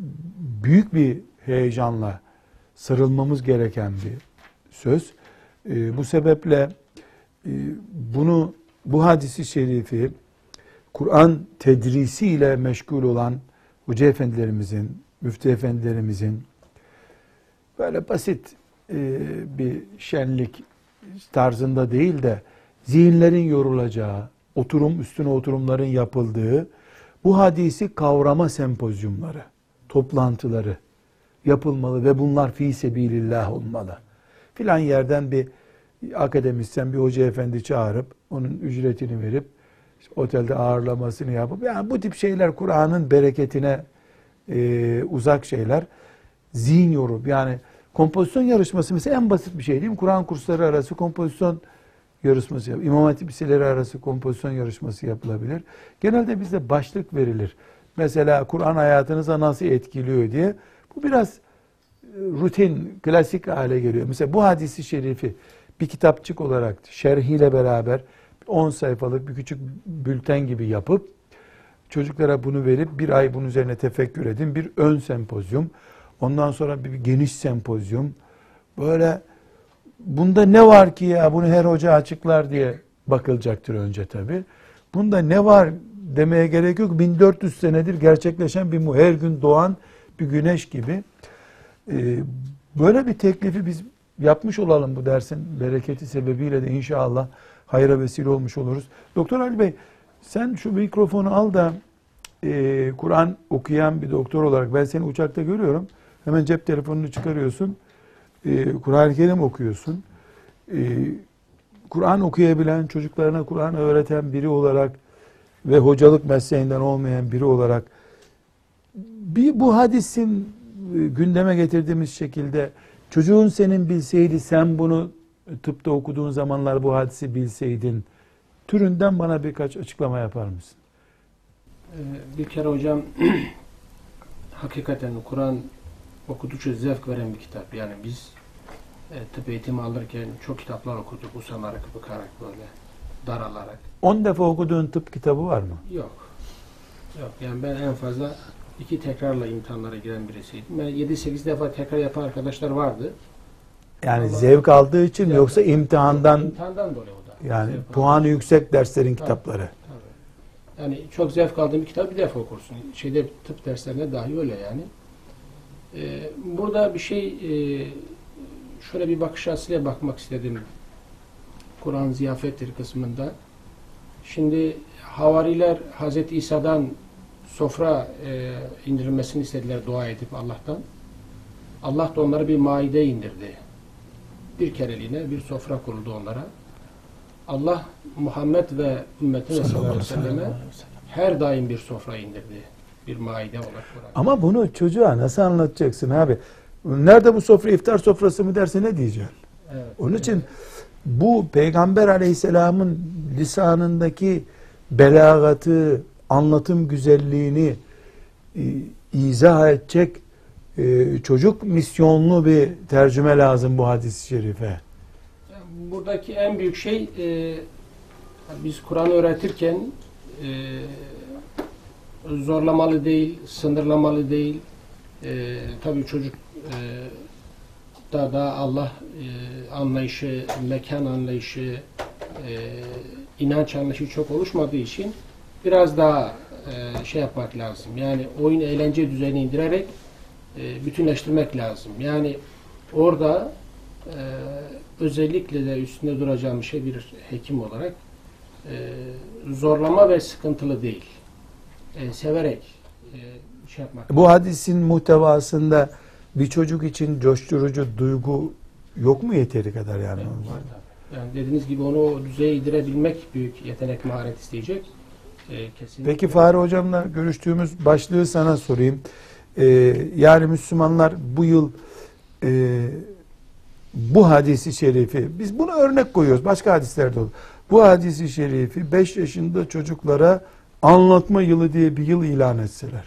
büyük bir heyecanla sarılmamız gereken bir söz. E, bu sebeple e, bunu bu hadis-i şerifi Kur'an tedrisiyle meşgul olan hoca efendilerimizin, müftü efendilerimizin böyle basit e, bir şenlik tarzında değil de zihinlerin yorulacağı, oturum üstüne oturumların yapıldığı bu hadisi kavrama sempozyumları, toplantıları yapılmalı ve bunlar fi sebilillah olmalı. Filan yerden bir akademisyen, bir hoca efendi çağırıp onun ücretini verip işte otelde ağırlamasını yapıp yani bu tip şeyler Kur'an'ın bereketine e, uzak şeyler. Zihin yorup yani kompozisyon yarışması mesela en basit bir şey değil mi? Kur'an kursları arası kompozisyon yarışması yap. İmam Hatip liseleri arası kompozisyon yarışması yapılabilir. Genelde bizde başlık verilir. Mesela Kur'an hayatınıza nasıl etkiliyor diye. Bu biraz rutin, klasik hale geliyor. Mesela bu hadisi şerifi bir kitapçık olarak şerhiyle beraber on sayfalık bir küçük bülten gibi yapıp çocuklara bunu verip bir ay bunun üzerine tefekkür edin. Bir ön sempozyum. Ondan sonra bir geniş sempozyum. Böyle bunda ne var ki ya bunu her hoca açıklar diye bakılacaktır önce tabii. Bunda ne var demeye gerek yok. bin dört yüz senedir gerçekleşen bir her gün doğan bir güneş gibi. Ee, böyle bir teklifi biz yapmış olalım bu dersin bereketi sebebiyle de inşallah hayra vesile olmuş oluruz. Doktor Ali Bey, sen şu mikrofonu al da e, Kur'an okuyan bir doktor olarak ben seni uçakta görüyorum. Hemen cep telefonunu çıkarıyorsun. E, Kur'an-ı Kerim okuyorsun. E, Kur'an okuyabilen, çocuklarına Kur'an öğreten biri olarak ve hocalık mesleğinden olmayan biri olarak bir bu hadisin e, gündeme getirdiğimiz şekilde çocuğun senin bilseydi, sen bunu tıpta okuduğun zamanlar bu hadisi bilseydin türünden bana birkaç açıklama yapar mısın? Ee, Bir kere hocam hakikaten Kur'an okudukça zevk veren bir kitap. Yani biz e, tıp eğitimi alırken çok kitaplar okuduk. Usanarak, bakarak böyle daralarak. on defa okuduğun tıp kitabı var mı? Yok. Yok. Yani ben en fazla iki tekrarla imtihanlara giren birisiydim. Ben yedi sekiz defa tekrar yapan arkadaşlar vardı. Yani Ama- zevk aldığı için mi Zevk- yoksa imtihandan, İmtihandan dolayı o da. yani Zevk puanı aldım. yüksek derslerin Tabii. kitapları? Tabii. Yani çok zevk aldığım bir kitap bir defa okursun. Şeyde tıp derslerinde dahi öyle yani. Ee, burada bir şey e, şöyle bir bakış açısıyla bakmak istedim. Kur'an ziyafettir kısmında. Şimdi havariler Hazreti İsa'dan sofra e, indirilmesini istediler dua edip Allah'tan. Allah da onlara bir maide indirdi. Bir kereliğine bir sofra kuruldu onlara. Allah Muhammed ve ümmetine sallallahu aleyhi ve selleme her daim bir sofra indirdi. Bir maide olarak bıraktı. Ama bunu çocuğa nasıl anlatacaksın abi? Nerede bu sofra, iftar sofrası mı derse ne diyeceksin? Evet, Onun için evet. bu Peygamber aleyhisselamın lisanındaki belagatı, anlatım güzelliğini e, izah edecek e, çocuk misyonlu bir tercüme lazım bu hadis-i şerife. Buradaki en büyük şey e, biz Kur'an öğretirken e, zorlamalı değil, sınırlamalı değil. E, tabii çocuk e, da da Allah e, anlayışı, mekan anlayışı, e, inanç anlayışı çok oluşmadığı için biraz daha e, şey yapmak lazım. Yani oyun eğlence düzeyine indirerek e, bütünleştirmek lazım. Yani orada e, özellikle de üstünde duracağım şey bir hekim olarak e, zorlama ve sıkıntılı değil. E, severek e, şey yapmak. Bu hadisin muhtevasında bir çocuk için coşturucu duygu yok mu yeteri kadar yani? Evet, var tabii. Yani dediğiniz gibi onu o düzeye indirebilmek büyük yetenek, maharet isteyecek. E, kesinlikle. Peki Fahri Hocam'la görüştüğümüz başlığı sana sorayım. Ee, yani Müslümanlar bu yıl e, bu hadisi şerifi, biz bunu örnek koyuyoruz, başka hadislerde olur. Bu hadisi şerifi beş yaşında çocuklara anlatma yılı diye bir yıl ilan etseler,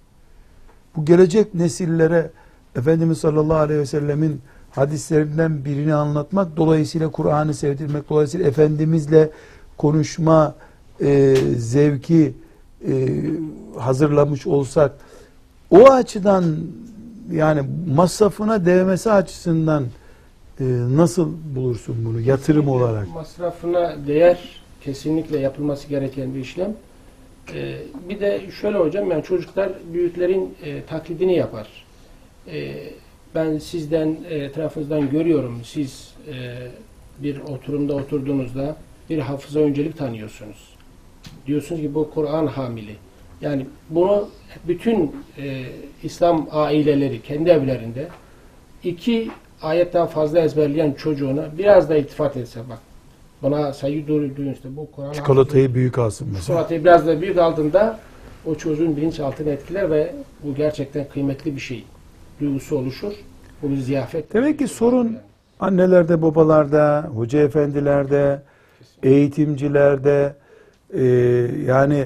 bu gelecek nesillere Efendimiz sallallahu aleyhi ve sellemin hadislerinden birini anlatmak, dolayısıyla Kur'an'ı sevdirmek, dolayısıyla Efendimizle konuşma e, zevki e, hazırlamış olsak, o açıdan yani masrafına değmesi açısından e, nasıl bulursun bunu yatırım olarak? Masrafına değer, kesinlikle yapılması gereken bir işlem. Ee, bir de şöyle hocam, yani çocuklar büyüklerin e, taklidini yapar. E, ben sizden, e, etrafınızdan görüyorum, siz e, bir oturumda oturduğunuzda bir hafıza öncelik tanıyorsunuz. Diyorsunuz ki bu Kur'an hamili. Yani bunu bütün e, İslam aileleri kendi evlerinde iki ayetten fazla ezberleyen çocuğuna biraz da iltifat etse, bak buna saygı duyun, işte bu Kur'an Çikolatayı büyük alsın mesela. çikolatayı biraz da büyük aldığında o çocuğun bilinçaltını etkiler ve bu gerçekten kıymetli bir şey. Duygusu oluşur. Bu bir ziyafet. Demek ki sorun annelerde, babalarda, hoca efendilerde, eğitimcilerde, e, yani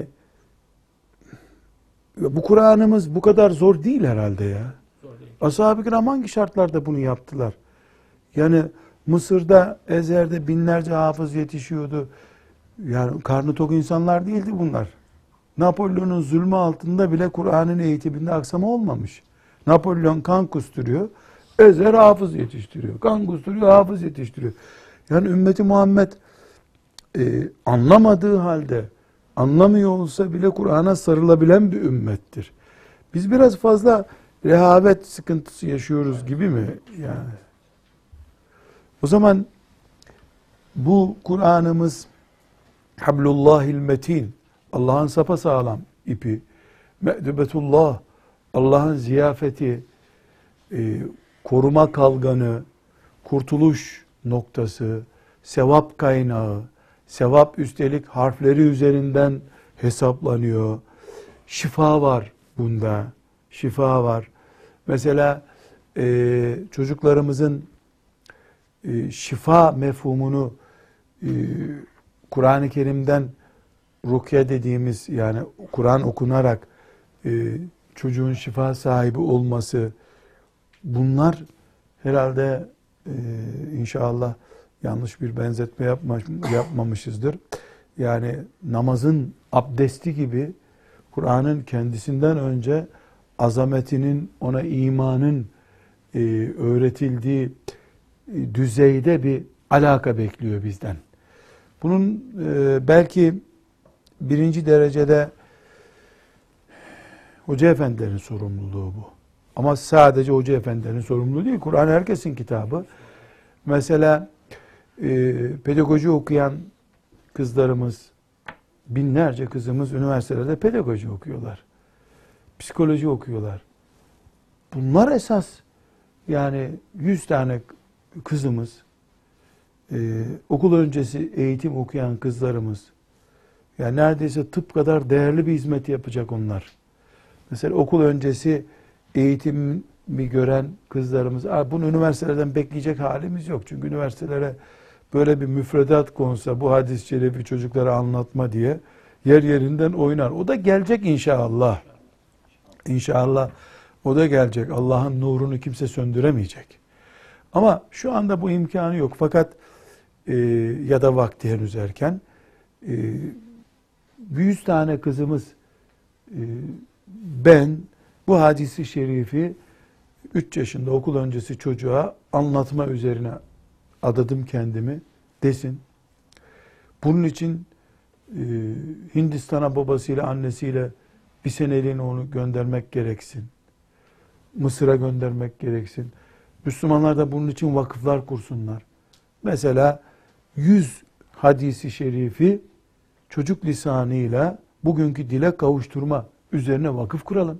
bu Kur'an'ımız bu kadar zor değil herhalde ya. Zor değil. Ashab-ı kiram hangi şartlarda bunu yaptılar? Yani Mısır'da, Ezher'de binlerce hafız yetişiyordu. Yani karnı tok insanlar değildi bunlar. Napolyon'un zulmü altında bile Kur'an'ın eğitiminde aksama olmamış. Napolyon kan kusturuyor, Ezher hafız yetiştiriyor. Kan kusturuyor, hafız yetiştiriyor. Yani ümmeti Muhammed e, anlamadığı halde, anlamıyor olsa bile Kur'an'a sarılabilen bir ümmettir. Biz biraz fazla rehavet sıkıntısı yaşıyoruz gibi mi? Yani O zaman bu Kur'an'ımız Hablullahil metin, Allah'ın sapasağlam ipi, me'dubetullah, Allah'ın ziyafeti, e, koruma kalganı, kurtuluş noktası, sevap kaynağı, sevap üstelik harfleri üzerinden hesaplanıyor. Şifa var bunda, şifa var. Mesela e, çocuklarımızın e, şifa mefhumunu e, Kur'an-ı Kerim'den rukiye dediğimiz, yani Kur'an okunarak e, çocuğun şifa sahibi olması, bunlar herhalde e, inşallah yanlış bir benzetme yapma, yapmamışızdır. Yani namazın abdesti gibi Kur'an'ın kendisinden önce azametinin, ona imanın e, öğretildiği e, düzeyde bir alaka bekliyor bizden. Bunun e, belki birinci derecede hoca efendilerin sorumluluğu bu. Ama sadece hoca efendilerin sorumluluğu değil. Kur'an herkesin kitabı. Mesela e, pedagoji okuyan kızlarımız, binlerce kızımız üniversitelerde pedagoji okuyorlar. Psikoloji okuyorlar. Bunlar esas. Yani yüz tane kızımız, e, okul öncesi eğitim okuyan kızlarımız, yani neredeyse tıp kadar değerli bir hizmet yapacak onlar. Mesela okul öncesi eğitimi gören kızlarımız, bunu üniversitelerden bekleyecek halimiz yok. Çünkü üniversitelere böyle bir müfredat konsa, bu hadis-i şerifi çocuklara anlatma diye yer yerinden oynar. O da gelecek inşallah. İnşallah o da gelecek. Allah'ın nurunu kimse söndüremeyecek. Ama şu anda bu imkanı yok. Fakat e, ya da vakti henüz erken. E, yüz tane kızımız, e, ben bu hadisi şerifi üç yaşında okul öncesi çocuğa anlatma üzerine adadım kendimi desin. Bunun için e, Hindistan'a babasıyla annesiyle bir seneliğine onu göndermek gereksin. Mısır'a göndermek gereksin. Müslümanlar da bunun için vakıflar kursunlar. Mesela yüz hadisi şerifi çocuk lisanıyla bugünkü dile kavuşturma üzerine vakıf kuralım.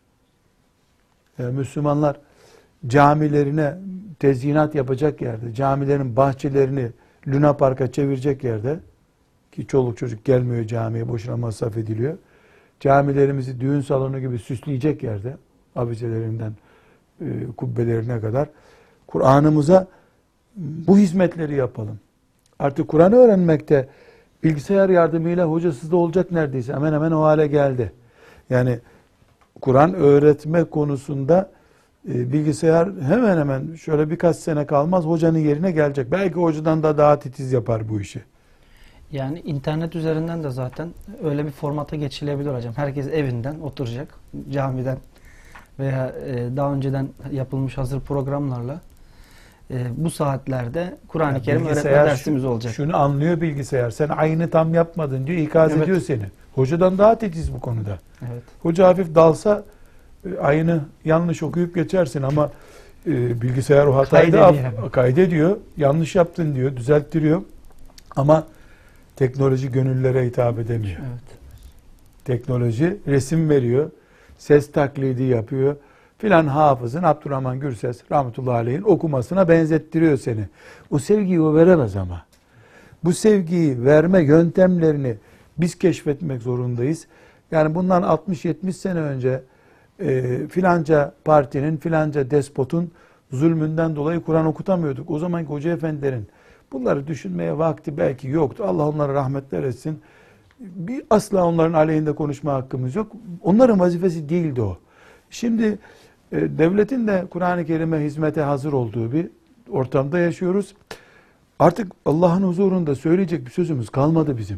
Yani Müslümanlar camilerine tezyinat yapacak yerde, camilerin bahçelerini Luna Park'a çevirecek yerde, ki çoluk çocuk gelmiyor camiye, boşuna masraf ediliyor. Camilerimizi düğün salonu gibi süsleyecek yerde, abicelerinden e, kubbelerine kadar Kur'an'ımıza bu hizmetleri yapalım. Artık Kur'an öğrenmekte bilgisayar yardımıyla hocasız da olacak neredeyse. Hemen hemen o hale geldi. Yani Kur'an öğretme konusunda e, bilgisayar hemen hemen şöyle birkaç sene kalmaz hocanın yerine gelecek. Belki hocadan da daha titiz yapar bu işi. Yani internet üzerinden de zaten öyle bir formata geçilebilir hocam. Herkes evinden oturacak, camiden veya e, daha önceden yapılmış hazır programlarla e, bu saatlerde Kur'an-ı Yani Kerim öğretme dersimiz şu, olacak. Şunu anlıyor bilgisayar. Sen aynı tam yapmadın diyor, ikaz Evet. ediyor seni. Hocadan daha titiz bu konuda. Evet. Hoca hafif dalsa e, aynı yanlış okuyup geçersin ama e, bilgisayar o hatayı da Kaydediyor. af- kaydediyor. Yanlış yaptın diyor, düzelttiriyor. Ama teknoloji gönüllere hitap edemiyor. Evet. Teknoloji resim veriyor, ses taklidi yapıyor. Filan hafızın Abdurrahman Gürses rahmetullahi aleyhin okumasına benzettiriyor seni. O sevgiyi o veremez ama. Bu sevgiyi verme yöntemlerini biz keşfetmek zorundayız. Yani bundan altmış yetmiş sene önce e, filanca partinin, filanca despotun zulmünden dolayı Kur'an okutamıyorduk. O zamanki hoca efendilerin bunları düşünmeye vakti belki yoktu. Allah onlara rahmetler etsin. Bir asla onların aleyhinde konuşma hakkımız yok. Onların vazifesi değildi o. Şimdi e, devletin de Kur'an-ı Kerim'e hizmete hazır olduğu bir ortamda yaşıyoruz. Artık Allah'ın huzurunda söyleyecek bir sözümüz kalmadı bizim.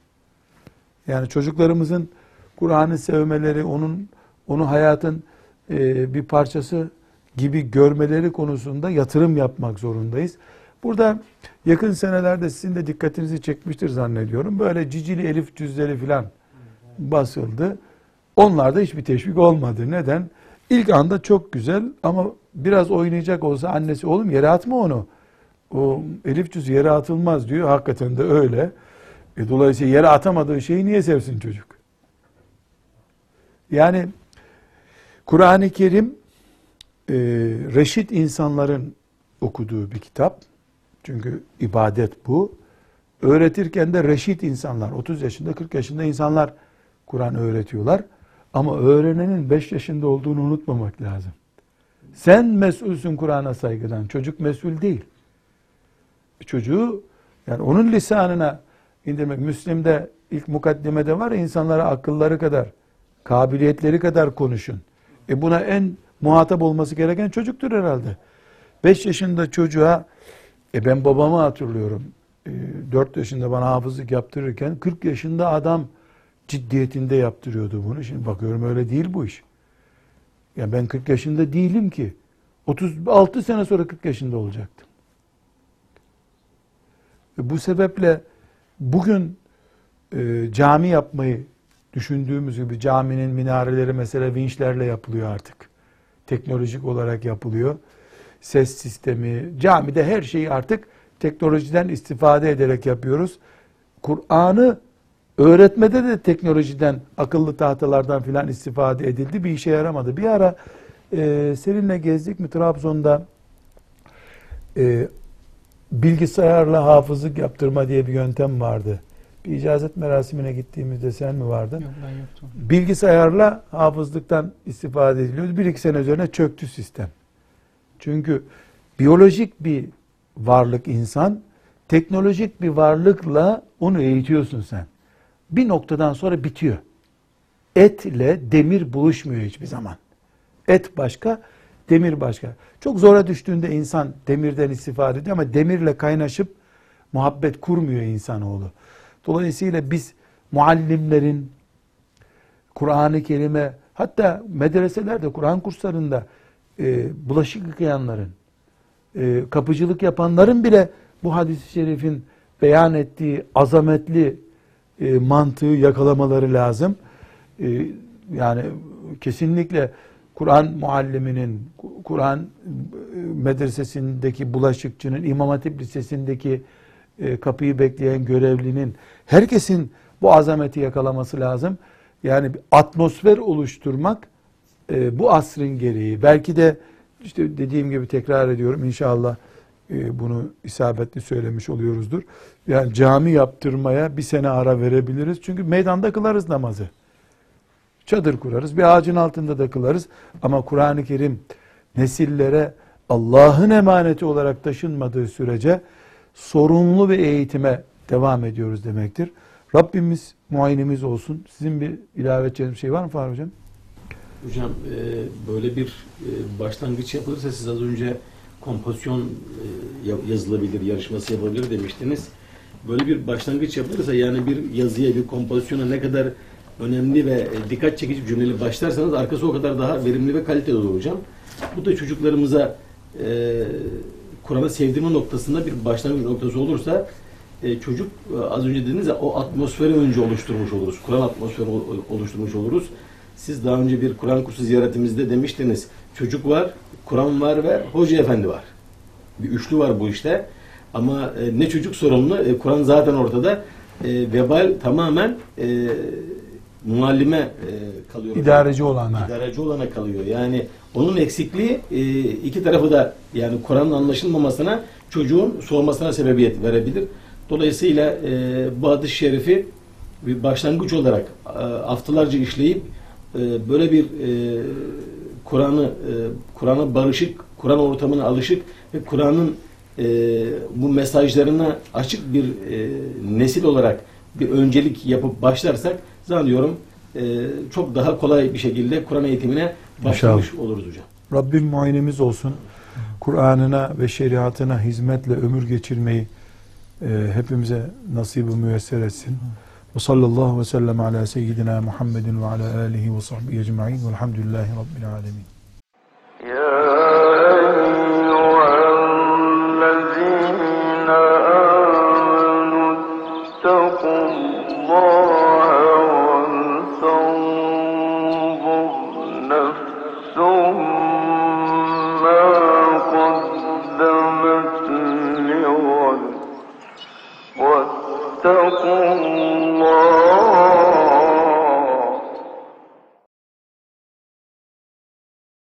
Yani çocuklarımızın Kur'an'ı sevmeleri, onun onu hayatın e, bir parçası gibi görmeleri konusunda yatırım yapmak zorundayız. Burada yakın senelerde sizin de dikkatinizi çekmiştir zannediyorum. Böyle cicili elif cüzleri filan basıldı. Onlarda hiçbir teşvik olmadı. Neden? İlk anda çok güzel ama biraz oynayacak olsa annesi oğlum yere atma onu. O elif cüz yere atılmaz diyor. Hakikaten de öyle. E, dolayısıyla yere atamadığı şeyi niye sevsin çocuk? Yani Kur'an-ı Kerim e, reşit insanların okuduğu bir kitap. Çünkü ibadet bu. Öğretirken de reşit insanlar, otuz yaşında, kırk yaşında insanlar Kur'an öğretiyorlar. Ama öğrenenin beş yaşında olduğunu unutmamak lazım. Sen mesulsün Kur'an'a saygıdan. Çocuk mesul değil. Çocuğu yani onun lisanına indirmek. Müslim'de ilk mukaddimede var ya, insanlara akılları kadar, kabiliyetleri kadar konuşun. E buna en muhatap olması gereken çocuktur herhalde. beş yaşında çocuğa, e ben babamı hatırlıyorum. E, dört yaşında bana hafızlık yaptırırken kırk yaşında adam ciddiyetinde yaptırıyordu bunu. Şimdi bakıyorum öyle değil bu iş. Yani ben kırk yaşında değilim ki. otuz altı sene sonra kırk yaşında olacaktım. E bu sebeple bugün e, cami yapmayı düşündüğümüz gibi, caminin minareleri mesela vinçlerle yapılıyor artık. Teknolojik olarak yapılıyor. Ses sistemi, camide her şeyi artık teknolojiden istifade ederek yapıyoruz. Kur'an'ı öğretmede de teknolojiden, akıllı tahtalardan filan istifade edildi. Bir işe yaramadı. Bir ara e, seninle gezdik mi Trabzon'da e, bilgisayarla hafızlık yaptırma diye bir yöntem vardı. Bir icazet merasimine gittiğimizde sen mi vardın? Yok, ben yoktum. Bilgisayarla hafızlıktan istifade ediliyordu. Bir iki sene üzerine çöktü sistem. Çünkü biyolojik bir varlık insan, teknolojik bir varlıkla onu eğitiyorsun sen. Bir noktadan sonra bitiyor. Etle demir buluşmuyor hiçbir zaman. Et başka, demir başka. Çok zora düştüğünde insan demirden istifade ediyor ama demirle kaynaşıp muhabbet kurmuyor insanoğlu. Dolayısıyla biz muallimlerin Kur'an-ı Kerim'e, hatta medreselerde, Kur'an kurslarında e, bulaşık yıkayanların, e, kapıcılık yapanların bile bu hadis-i şerifin beyan ettiği azametli e, mantığı yakalamaları lazım. E, yani kesinlikle Kur'an mualliminin, Kur'an medresesindeki bulaşıkçının, İmam Hatip Lisesi'ndeki e, kapıyı bekleyen görevlinin, herkesin bu azameti yakalaması lazım. Yani bir atmosfer oluşturmak e, bu asrın gereği. Belki de işte dediğim gibi tekrar ediyorum, inşallah e, bunu isabetli söylemiş oluyoruzdur. Yani cami yaptırmaya bir sene ara verebiliriz. Çünkü meydanda kılarız namazı. Çadır kurarız, bir ağacın altında da kılarız. Ama Kur'an-ı Kerim nesillere Allah'ın emaneti olarak taşınmadığı sürece sorumlu bir eğitime devam ediyoruz demektir. Rabbimiz muayenemiz olsun. Sizin bir ilave edeceğiniz bir şey var mı Fahri Hocam? Hocam e, böyle bir e, başlangıç yapılırsa, siz az önce kompozisyon e, yazılabilir, yarışması yapabilir demiştiniz. Böyle bir başlangıç yapılırsa, yani bir yazıya, bir kompozisyona ne kadar önemli ve dikkat çekici cümleli başlarsanız arkası o kadar daha verimli ve kaliteli olur hocam. Bu da çocuklarımıza e, Kur'an'ı sevdirme noktasında bir başlangıç noktası olursa e, çocuk e, az önce dediniz ya, o atmosferi önce oluşturmuş oluruz. Kur'an atmosferi oluşturmuş oluruz. Siz daha önce bir Kur'an kursu ziyaretimizde demiştiniz. Çocuk var, Kur'an var ve Hoca Efendi var. Bir üçlü var bu işte. Ama e, ne çocuk sorumlu, e, Kur'an zaten ortada. E, vebal tamamen e, muallime e, kalıyor. İdareci olana. İdareci olana kalıyor. Yani onun eksikliği e, iki tarafı da, yani Kur'an'ın anlaşılmamasına, çocuğun soğumasına sebebiyet verebilir. Dolayısıyla e, bu hadis-i şerifi bir başlangıç olarak e, haftalarca işleyip e, böyle bir e, Kur'an'ı e, Kur'an'a barışık, Kur'an ortamına alışık ve Kur'an'ın e, bu mesajlarına açık bir e, nesil olarak bir öncelik yapıp başlarsak, zannediyorum e, çok daha kolay bir şekilde Kur'an eğitimine başlamış İnşallah. oluruz hocam. Rabbim muayenemiz olsun. Kur'an'ına ve şeriatına hizmetle ömür geçirmeyi e, hepimize nasip-i müyesser etsin. Ve sallallahu ve sellem ala seyyidina Muhammedin ve ala alihi ve sahbihi ecma'in velhamdülillahi rabbil alemin. Ya